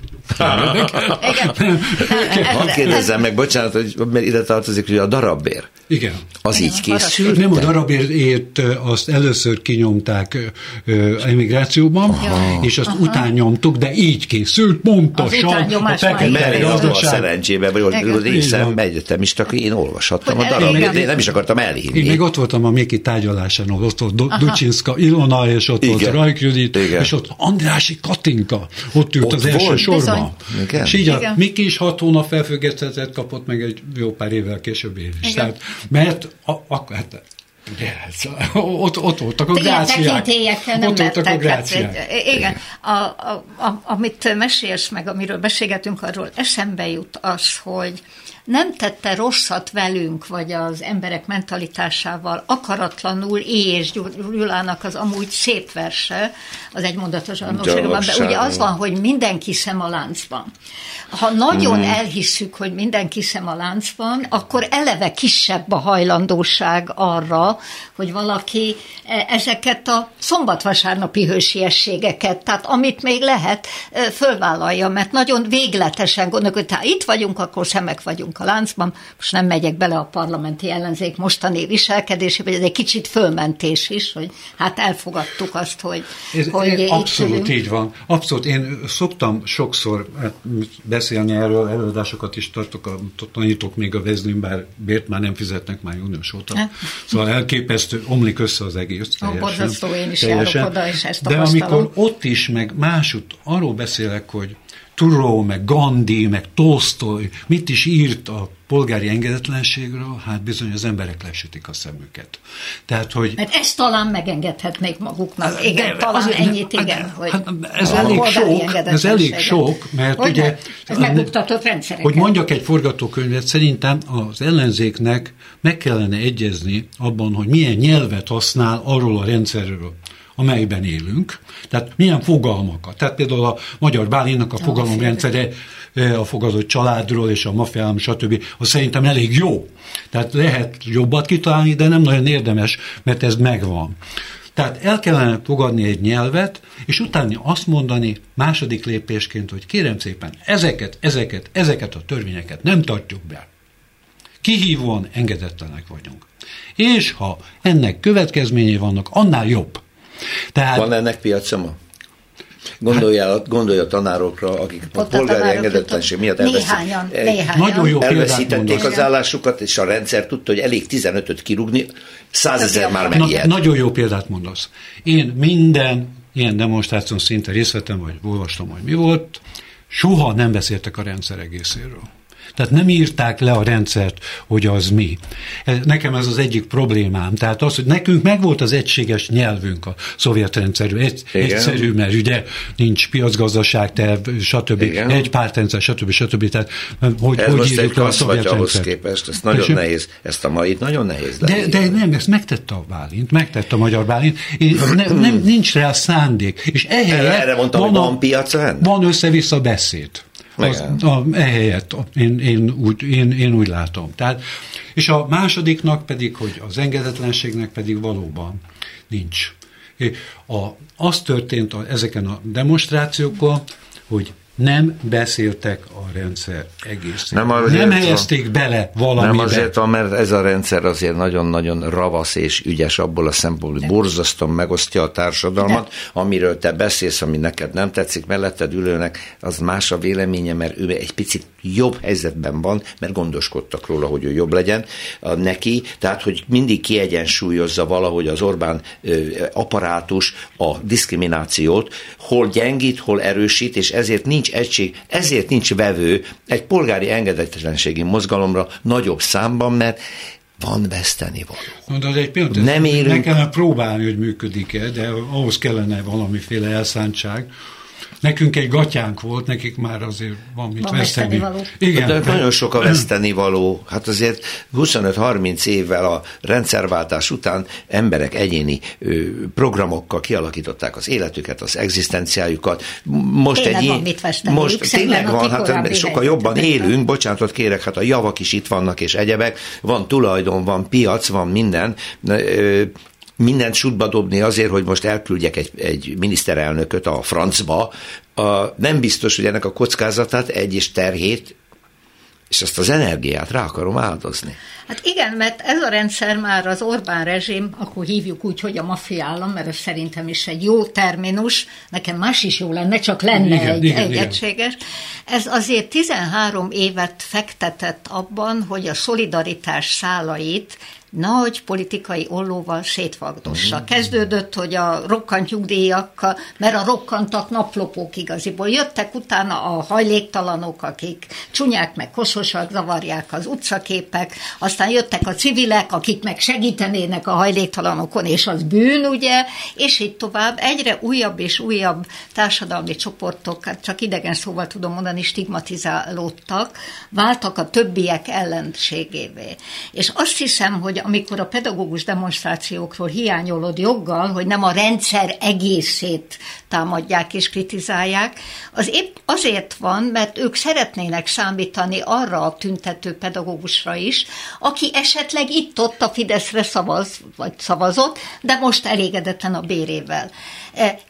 Hadd kérdezzem meg, bocsánat, hogy mert ide tartozik, hogy a darabbér. Igen. Az Igen, így készült? Nem, a darabért azt először kinyomták emigrációban, Aha. és azt Aha. után nyomtuk, de így készült, pontosan a fekete gazdaság. A szerencsébe, vagy részem egyetemista, én olvashattam a darabért, én nem is akartam elhinni. Én még ott voltam a Méki tárgyalásán, ott volt Ducsinszka Ilona, és ott Igen. volt Rajk Judit, Igen. és ott Andrássy Katinka, ott ült ott az első sorban. Igen. És így a Igen. Miki is hat hónap felfüggesztetet kapott, meg egy jó pár évvel később én is. Tehát, mert akkor hát, ugye, ott, ott voltak a gráciák. Nem ott voltak a gráciák. Hát, igen, a, a, a, amit mesélsz meg, amiről beszélgetünk, arról eszembe jut az, hogy nem tette rosszat velünk, vagy az emberek mentalitásával akaratlanul és Gyulának az amúgy szép verse, az egymondatos zsarnokságban, de ugye az van, hogy mindenki szem a láncban. Ha nagyon mm. elhisszük, hogy mindenki szem a láncban, akkor eleve kisebb a hajlandóság arra, hogy valaki ezeket a szombat-vasárnapi hősiességeket, tehát amit még lehet, fölvállalja, mert nagyon végletesen gondoljuk, hogy ha itt vagyunk, akkor szemek vagyunk a láncban, most nem megyek bele a parlamenti ellenzék mostani viselkedésébe, ez egy kicsit fölmentés is, hogy hát elfogadtuk azt, hogy, ez, hogy abszolút így van. Abszolút. Én szoktam sokszor beszélni erről, előadásokat is tartok, tanítok még a Vezlin, bár bért már nem fizetnek már uniós óta. Szóval elképesztő, omlik össze az egész. Teljesen, borzasztó, én is teljesen. járok oda, és ezt De amikor ott is, meg másút arról beszélek, hogy Thoreau, meg Gandhi, meg Tolsztoy mit is írt a polgári engedetlenségről, hát bizony az emberek lesütik a szemüket. Tehát, hogy... Mert ezt talán megengedhetnék maguknak. Igen, de, talán azért, ennyit, igen. Hát, hogy hát, ez, elég sok, ez elég sok, mert hogy ugye... Ez megbuktatott rendszereket. Hogy mondjak egy forgatókönyvet, szerintem az ellenzéknek meg kellene egyezni abban, hogy milyen nyelvet használ arról a rendszerről, amelyben élünk, tehát milyen fogalmakat. Tehát például a Magyar Bálintnak a fogalomrendszere a fogadott családról és a mafiám, stb. Az szerintem elég jó. Tehát lehet jobbat kitalálni, de nem nagyon érdemes, mert ez megvan. Tehát el kellene fogadni egy nyelvet, és utána azt mondani második lépésként, hogy kérem szépen, ezeket, ezeket, ezeket a törvényeket nem tartjuk be. Kihívóan engedetlenek vagyunk. És ha ennek következményei vannak, annál jobb. Tehát, van ennek piaca ma? Gondolja, hát, gondolja a tanárokra, akik a polgári engedetlenség miatt néhányan, néhányan. Nagyon jó elveszítették az állásukat, és a rendszer tudta, hogy elég tizenötöt kirúgni, százezer már megijed. Na, nagyon jó példát mondasz. Én minden ilyen demonstráción szinte részt vettem, vagy olvastam, hogy mi volt, soha nem beszéltek a rendszer egészéről. Tehát nem írták le a rendszert, hogy az mi. Nekem ez az egyik problémám. Tehát az, hogy nekünk megvolt az egységes nyelvünk a szovjet rendszerű. Egy, egyszerű, mert ugye nincs piacgazdaság, terv, stb. Igen. Egy pártrendszer, stb. stb. Tehát, hogy, ez hogy most egy a szovjet ahhoz képest, ez nagyon és nehéz. Ezt a mai nagyon nehéz. De, de nem, ezt megtette a Bálint, megtette a Magyar Bálint. Ne, nem, nincs rá szándék. És ehelyett erre mondtam, van, hogy van piaca? Van össze-vissza beszéd. Az, a, ehelyett én, én, úgy, én, én úgy látom. Tehát, és a másodiknak pedig, hogy az engedetlenségnek pedig valóban nincs. A, az történt a, ezeken a demonstrációkon, hogy nem beszéltek a rendszer egészén. Nem, nem helyezték van, bele valamibe. Nem azért van, mert ez a rendszer azért nagyon-nagyon ravasz és ügyes abból a szempontból, hogy borzasztóan megosztja a társadalmat, de. Amiről te beszélsz, ami neked nem tetszik, melletted ülőnek, az más a véleménye, mert ő egy picit jobb helyzetben van, mert gondoskodtak róla, hogy ő jobb legyen a, neki, tehát, hogy mindig kiegyensúlyozza valahogy az Orbán ö, apparátus a diszkriminációt, hol gyengít, hol erősít, és ezért nincs egység, ezért nincs vevő egy polgári engedetlenségi mozgalomra nagyobb számban, mert van vesztenivaló. De az egy pillanat, nem érünk... meg kellene próbálni, hogy működik-e, de ahhoz kellene valamiféle elszántság. Nekünk egy gatyánk volt, nekik már azért van mit veszteni. Igen. De nagyon sok a vesztenivaló. Hát azért huszonöt-harminc évvel a rendszerváltás után emberek egyéni ö, programokkal kialakították az életüket, az egzisztenciájukat. Most tényleg egy van mit veszteni. Most tényleg van, hát sokkal jobban élünk, bocsánatot kérek, hát a javak is itt vannak és egyebek, van tulajdon, van piac, van minden, ö, mindent sútba dobni azért, hogy most elküldjek egy, egy miniszterelnököt a francba, a, nem biztos, hogy ennek a kockázatát, egy és terhét, és azt az energiát rá akarom áldozni. Hát igen, mert ez a rendszer már az Orbán rezsim, akkor hívjuk úgy, hogy a maffia állam, mert ez szerintem is egy jó terminus, nekem más is jó lenne, csak lenne igen, egy, igen, egy igen. egységes. Ez azért tizenhárom évet fektetett abban, hogy a szolidaritás szálait nagy politikai ollóval szétvagdossa. Kezdődött, hogy a rokkant nyugdíjakkal, mert a rokkantak naplopók igaziból. Jöttek utána a hajléktalanok, akik csúnyák meg kososak, zavarják az utcaképek, aztán jöttek a civilek, akik meg segítenének a hajléktalanokon, és az bűn, ugye, és így tovább. Egyre újabb és újabb társadalmi csoportok, hát csak idegen szóval tudom mondani, stigmatizálódtak, váltak a többiek ellenségévé. És azt hiszem, hogy amikor a pedagógus demonstrációkról hiányolod joggal, hogy nem a rendszer egészét támadják és kritizálják, az épp azért van, mert ők szeretnének számítani arra a tüntető pedagógusra is, aki esetleg itt-ott a Fideszre szavaz, vagy szavazott, de most elégedetlen a bérével. És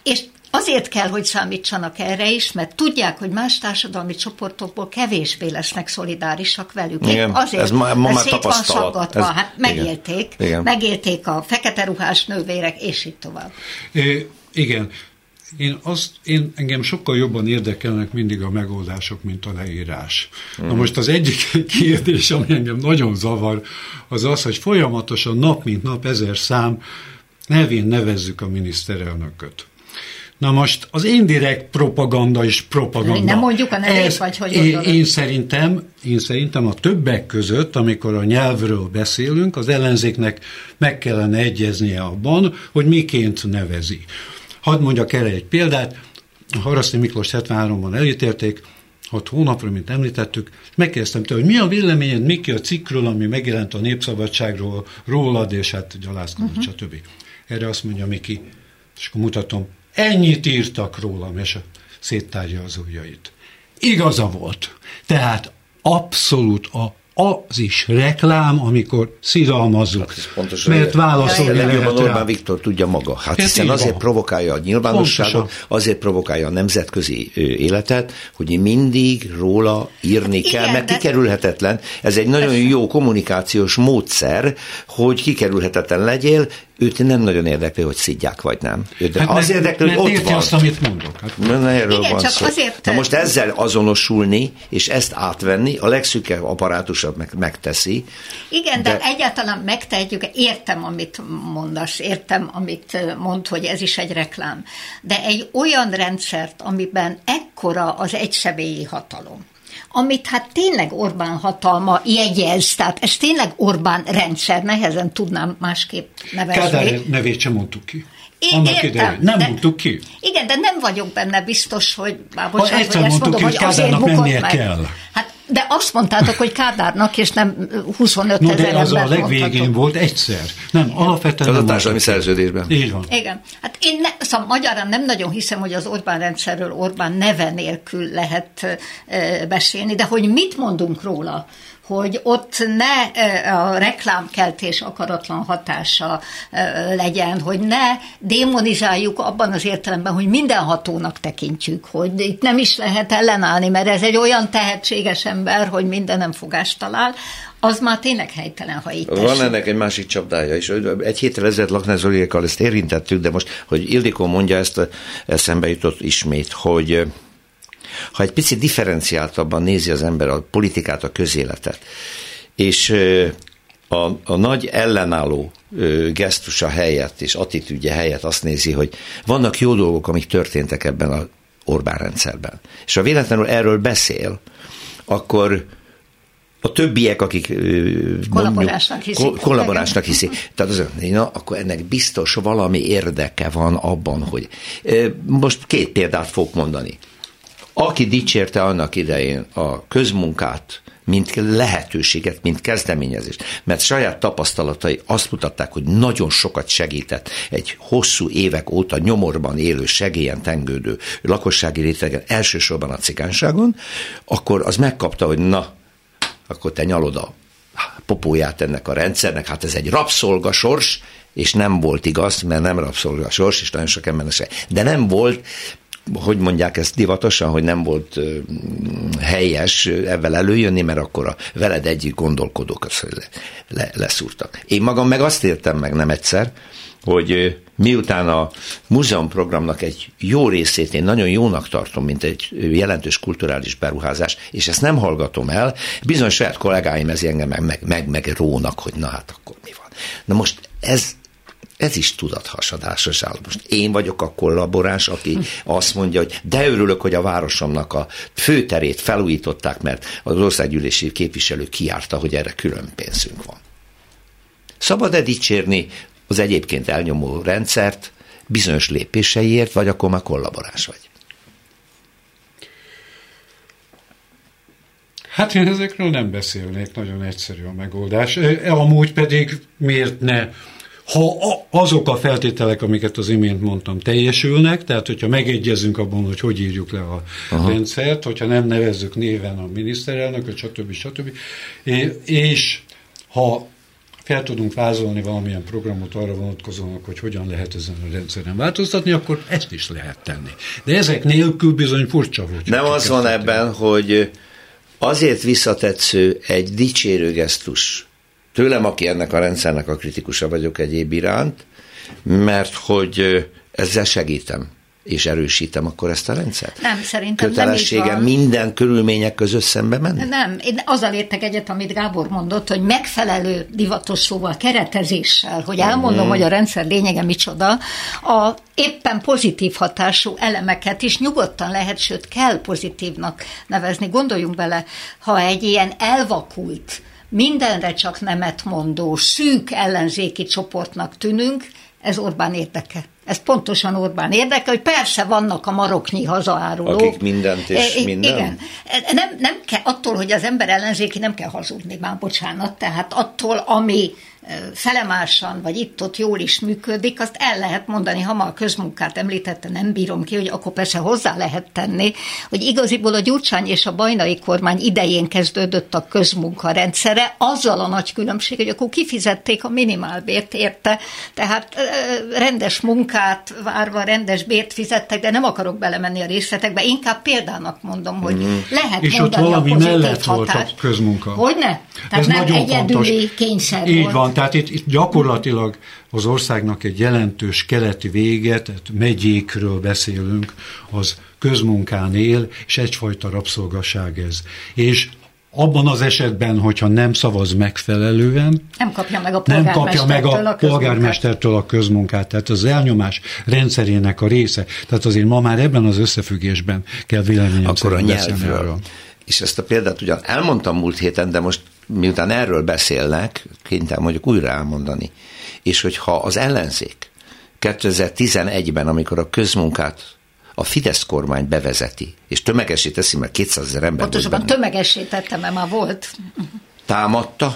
azért kell, hogy számítsanak erre is, mert tudják, hogy más társadalmi csoportokból kevésbé lesznek szolidárisak velük. Igen, azért, ez ma, ma már szét van szaggatva, ez, hát megélték, igen. megélték a fekete ruhás nővérek, és így tovább. É, igen. Én azt, én, engem sokkal jobban érdekelnek mindig a megoldások, mint a leírás. Mm. Na most az egyik kérdés, ami engem nagyon zavar, az az, hogy folyamatosan nap mint nap ezer szám nevén nevezzük a miniszterelnököt. Na most az indirekt propaganda és propaganda. Nem mondjuk a nevét, ez, vagy hogy én, én, szerintem, én szerintem a többek között, amikor a nyelvről beszélünk, az ellenzéknek meg kellene egyeznie abban, hogy miként nevezi. Hadd mondjak erre egy példát. Haraszti Miklós hetvenháromban elítélték, hat hónapra, mint említettük, megkérdeztem tőle, hogy mi a véleményed Miki a cikkről, ami megjelent a Népszabadságról, rólad, és hát gyalázkodott, uh-huh. stb. Erre azt mondja Miki, és akkor mutatom, ennyit írtak rólam, és széttárja az ujjait. Igaza volt. Tehát abszolút a az is reklám, amikor szidalmazzuk, pontosan, mert válaszolni lehet rá. Orbán Viktor tudja maga. Hát Két hiszen azért van. provokálja a nyilvánosságot, pontosan. azért provokálja a nemzetközi életet, hogy mindig róla írni Igen, kell, mert de... kikerülhetetlen. Ez egy nagyon jó kommunikációs módszer, hogy kikerülhetetlen legyél, őt nem nagyon érdekli, hogy szidják, vagy nem. Őt hát az érdekli, hogy ott van. Azt, amit mondok. Hát Na, erről Igen, van szó. Azért... Na most ezzel azonosulni, és ezt átvenni, a legszűkebb apparátusabb meg, megteszi. Igen, de... de egyáltalán megtehetjük, értem, amit mondasz, értem, amit mond, hogy ez is egy reklám. De egy olyan rendszert, amiben ekkora az egyszebélyi hatalom, amit hát tényleg Orbán hatalma jegyez, tehát ez tényleg Orbán rendszer, nehezen tudnám másképp nevezni. Kádár nevét sem mondtuk ki. Annak idején. Nem de, mondtuk ki. Igen, de nem vagyok benne biztos, hogy bár bocsánat, ha egyszer hogy mondtuk mondom, ki, hogy Kádárnak mennie meg. kell. Hát, de azt mondtátok, hogy Kádárnak, és nem huszonöt no, ezer ember az a legvégén mondhatok. Volt egyszer. Nem, alapvetően az a társadalmi szerződésben. Így van. Igen. Hát én ne, szóval magyarán nem nagyon hiszem, hogy az Orbán rendszerről Orbán neve nélkül lehet e, beszélni, de hogy mit mondunk róla, hogy ott ne a reklámkeltés akaratlan hatása legyen, hogy ne démonizáljuk abban az értelemben, hogy mindenhatónak tekintjük, hogy itt nem is lehet ellenállni, mert ez egy olyan tehetséges ember, hogy mindenem fogást talál, az már tényleg helytelen, ha így Van tessék. Ennek egy másik csapdája is. Egy héttel ezelőtt Lakner Zoliékkal ezt érintettük, de most, hogy Ildikó mondja, ezt eszembe jutott ismét, hogy ha egy picit differenciáltabban nézi az ember a politikát, a közéletet, és a, a nagy ellenálló gesztusa helyett és attitűdje helyett azt nézi, hogy vannak jó dolgok, amik történtek ebben az Orbán rendszerben. És ha véletlenül erről beszél, akkor a többiek, akik kollaborásnak hiszik. Kollaborásnak hiszik. Tehát az, na, akkor ennek biztos valami érdeke van abban, hogy most két példát fogok mondani. Aki dicsérte annak idején a közmunkát, mint lehetőséget, mint kezdeményezést, mert saját tapasztalatai azt mutatták, hogy nagyon sokat segített egy hosszú évek óta nyomorban élő, segélyen tengődő lakossági rétegen, elsősorban a cigányságon, akkor az megkapta, hogy na, akkor te nyalod a popóját ennek a rendszernek, hát ez egy rabszolga sors, és nem volt igaz, mert nem rabszolga sors, és nagyon sok embernek se. De nem volt, hogy mondják ezt divatosan, hogy nem volt uh, helyes ebben előjönni, mert akkor a veled együtt gondolkodók azt le, le, leszúrtak. Én magam meg azt értem meg nem egyszer, hogy uh, miután a múzeumprogramnak egy jó részét én nagyon jónak tartom, mint egy jelentős kulturális beruházás, és ezt nem hallgatom el, bizony saját kollégáim ez engem meg, meg, meg, meg rónak, hogy na hát akkor mi van. Na most ez Ez is tudathasadásos áll. Most én vagyok a kollaboráns, aki azt mondja, hogy de örülök, hogy a városomnak a főterét felújították, mert az országgyűlési képviselő kiárta, hogy erre külön pénzünk van. Szabad-e dicsérni az egyébként elnyomó rendszert bizonyos lépéseiért, vagy akkor már kollaboráns vagy? Hát én ezekről nem beszélnék, nagyon egyszerű a megoldás. Amúgy pedig miért ne? Ha azok a feltételek, amiket az imént mondtam, teljesülnek, tehát hogyha megegyezünk abban, hogy hogy írjuk le a Aha. rendszert, hogyha nem nevezzük néven a miniszterelnököt, stb. stb. És ha fel tudunk vázolni valamilyen programot arra vonatkozóan, hogy hogyan lehet ezen a rendszeren változtatni, akkor ezt is lehet tenni. De ezek nélkül bizony furcsa volt. Nem az van ebben, hogy azért visszatetsző egy dicsérő gesztus tőlem, aki ennek a rendszernek a kritikusa vagyok egyéb iránt, mert hogy ezzel segítem és erősítem akkor ezt a rendszert. Nem, szerintem kötelességem minden körülmények között szembe menni? Nem, én azzal értek egyet, amit Gábor mondott, hogy megfelelő divatos szóval, keretezéssel, hogy elmondom, mm. hogy a rendszer lényege micsoda, a éppen pozitív hatású elemeket is nyugodtan lehet, sőt kell pozitívnak nevezni. Gondoljunk bele, ha egy ilyen elvakult, mindenre csak nemet mondó, szűk ellenzéki csoportnak tűnünk, ez Orbán érdeke. Ez pontosan Orbán érdeke, hogy persze vannak a maroknyi hazaárulók. Akik mindent és e, minden. Igen. Nem, nem kell, attól, hogy az ember ellenzéki, nem kell hazudni, már bocsánat. Tehát attól, ami felemásan, vagy itt-ott jól is működik, azt el lehet mondani, ha ma a közmunkát említette, nem bírom ki, hogy akkor persze hozzá lehet tenni, hogy igaziból a Gyurcsány és a Bajnai kormány idején kezdődött a közmunkarendszere, azzal a nagy különbség, hogy akkor kifizették a minimálbért érte, tehát rendes munkát várva, rendes bért fizettek, de nem akarok belemenni a részletekbe, inkább példának mondom, hogy mm. lehet és mondani a pozitív mellett hatást. Volt a közmunka. Hogyne? Tehát ez nem egyedüli kényszer Így volt. van, tehát itt, itt gyakorlatilag az országnak egy jelentős keleti vége, tehát megyékről beszélünk, az közmunkán él, és egyfajta rabszolgaság ez. És abban az esetben, hogyha nem szavaz megfelelően, nem kapja meg a nem kapja meg a, a polgármestertől a közmunkát, tehát az elnyomás rendszerének a része. Tehát azért ma már ebben az összefüggésben kell véleményem szerint beszélni arról. És ezt a példát ugyan elmondtam múlt héten, de most miután erről beszélnek, kénytelen mondjuk újra elmondani. És hogyha az ellenzék kétezer-tizenegyben, amikor a közmunkát a Fidesz kormány bevezeti, és tömegessé teszi, mert kétszázezer ember Pontosabban volt benne. Tömegessé tettem, mert már volt. Támadta,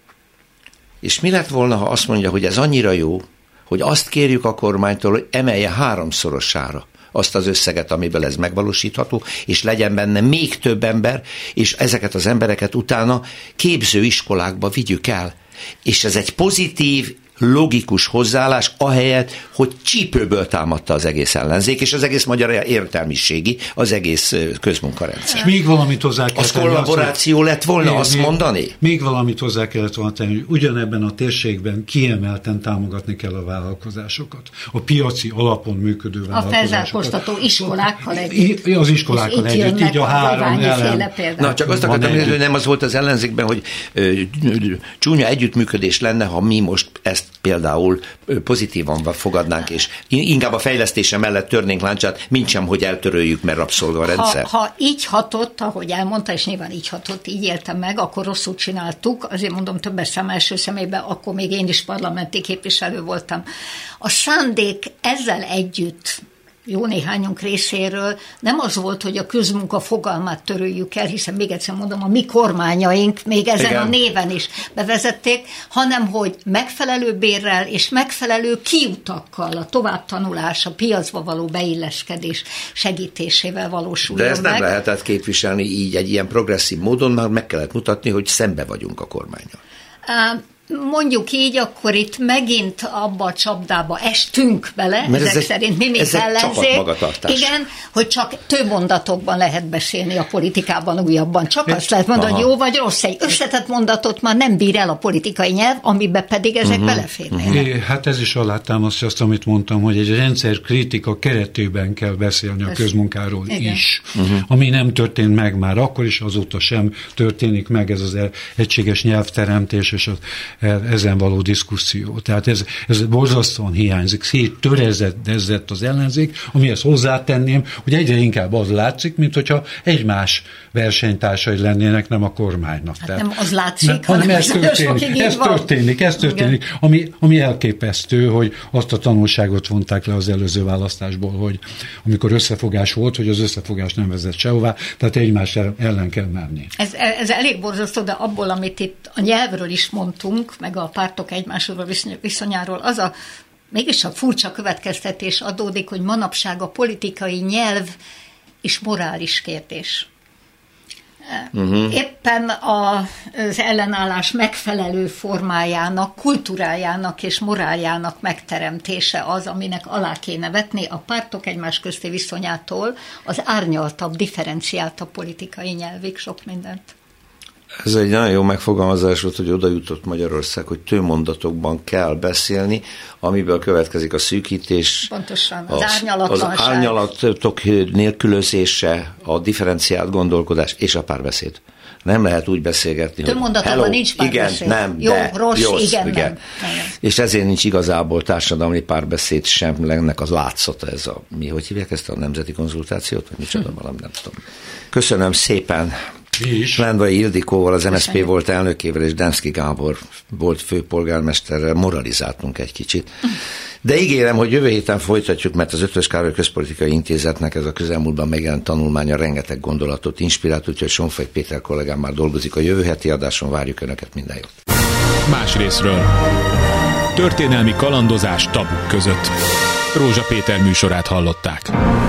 és mi lett volna, ha azt mondja, hogy ez annyira jó, hogy azt kérjük a kormánytól, hogy emelje háromszorosára azt az összeget, amiből ez megvalósítható, és legyen benne még több ember, és ezeket az embereket utána képzőiskolákba vigyük el. És ez egy pozitív, logikus hozzáállás, ahelyett, hogy csípőből támadta az egész ellenzék, és az egész magyar értelmiségi, az egész közmunkarendszer. És még valamit hozzá kell az tenni. Az kollaboráció lett volna még, azt még, mondani? Még valamit hozzá kellett volna tenni, hogy ugyanebben a térségben kiemelten támogatni kell a vállalkozásokat. A piaci alapon működő vállalkozásokat. A felzárkóztató iskolákkal együtt. Az iskolákkal együtt, így a három ellen. Na, csak azt akartam mondani, hogy nem az volt az ellenzékben, hogy ö, csúnya együttműködés lenne, ha mi most ezt például pozitívan fogadnánk, és inkább a fejlesztése mellett törnénk láncsát, mint sem, hogy eltöröljük, mert rabszolga a rendszer. Ha, ha így hatott, ahogy elmondta, és nyilván így hatott, így éltem meg, akkor rosszul csináltuk, azért mondom többes szám első személyben, akkor még én is parlamenti képviselő voltam. A szándék ezzel együtt, jó néhányunk részéről nem az volt, hogy a közmunka fogalmát töröljük el, hiszen még egyszer mondom, a mi kormányaink még ezen Igen. a néven is bevezették, hanem hogy megfelelő bérrel és megfelelő kiutakkal a továbbtanulás, a piacba való beilleszkedés segítésével valósuljon meg. De ezt nem lehetett képviselni így egy ilyen progresszív módon, már meg kellett mutatni, hogy szembe vagyunk a kormánnyal. Uh, Mondjuk így, akkor itt megint abba a csapdába estünk bele, mert ezek ez szerint mi, mint ellenzék. Igen, hogy csak több mondatokban lehet beszélni a politikában újabban. Csak azt lehet mondani, Aha. hogy jó vagy rossz. Egy összetett mondatot már nem bír el a politikai nyelv, amiben pedig ezek uh-huh. beleférnének. Uh-huh. Hát ez is alátámasztja azt, amit mondtam, hogy egy rendszerkritika keretében kell beszélni a közmunkáról Igen. is. Uh-huh. Ami nem történt meg már akkor is, azóta sem történik meg ez az egységes nyelvteremtés és az ezen való diszkuszió. Tehát ez, ez borzasztóan hiányzik. Széttörezett az ellenzék, amihez hozzátenném, hogy egyre inkább az látszik, mint hogyha egymás versenytársai lennének, nem a kormánynak. Hát Tehát, nem az látszik, nem, hanem ez történik, ez történik, ez történik, ami, ami elképesztő, hogy azt a tanulságot vonták le az előző választásból, hogy amikor összefogás volt, hogy az összefogás nem vezet sehová, tehát egymás ellen kell menni. Ez, ez elég borzasztó, de abból, amit itt a nyelvről is mondtunk, meg a pártok egymásról viszonyáról, az a mégiscsak furcsa következtetés adódik, hogy manapság a politikai nyelv is morális kérdés. Uh-huh. Éppen az ellenállás megfelelő formájának, kultúrájának és moráljának megteremtése az, aminek alá kéne vetni a pártok egymás közti viszonyától az árnyaltabb, differenciáltabb politikai nyelvig sok mindent. Ez egy nagyon jó megfogalmazás volt, hogy oda jutott Magyarország, hogy tőmondatokban kell beszélni, amiből következik a szűkítés, pontosan, az, az árnyalatlanság, az árnyalatok nélkülözése, a differenciált gondolkodás és a párbeszéd. Nem lehet úgy beszélgetni, hogy mondatokban nincs párbeszéd. Igen, nem, jó, de, rossz, jó, igen, igen. nem. Nem. És ezért nincs igazából társadalmi párbeszéd sem, lennek az látszata, ez a, mi, hogy hívják ezt a nemzeti konzultációt, vagy micsoda valami, nem tudom. Köszönöm szépen. Lendvai Ildikóval, az em es zé pé volt elnökével, és Demszky Gábor volt főpolgármesterrel moralizáltunk egy kicsit. De ígérem, hogy jövő héten folytatjuk, mert az Eötvös Károly Közpolitikai Intézetnek ez a közelmúltban megjelent tanulmánya rengeteg gondolatot inspirált, úgyhogy Sonfej Péter kollégám már dolgozik a jövő heti adáson, várjuk Önöket, minden jót. Más részről. Történelmi kalandozás tabuk között. Rózsa Péter műsorát hallották.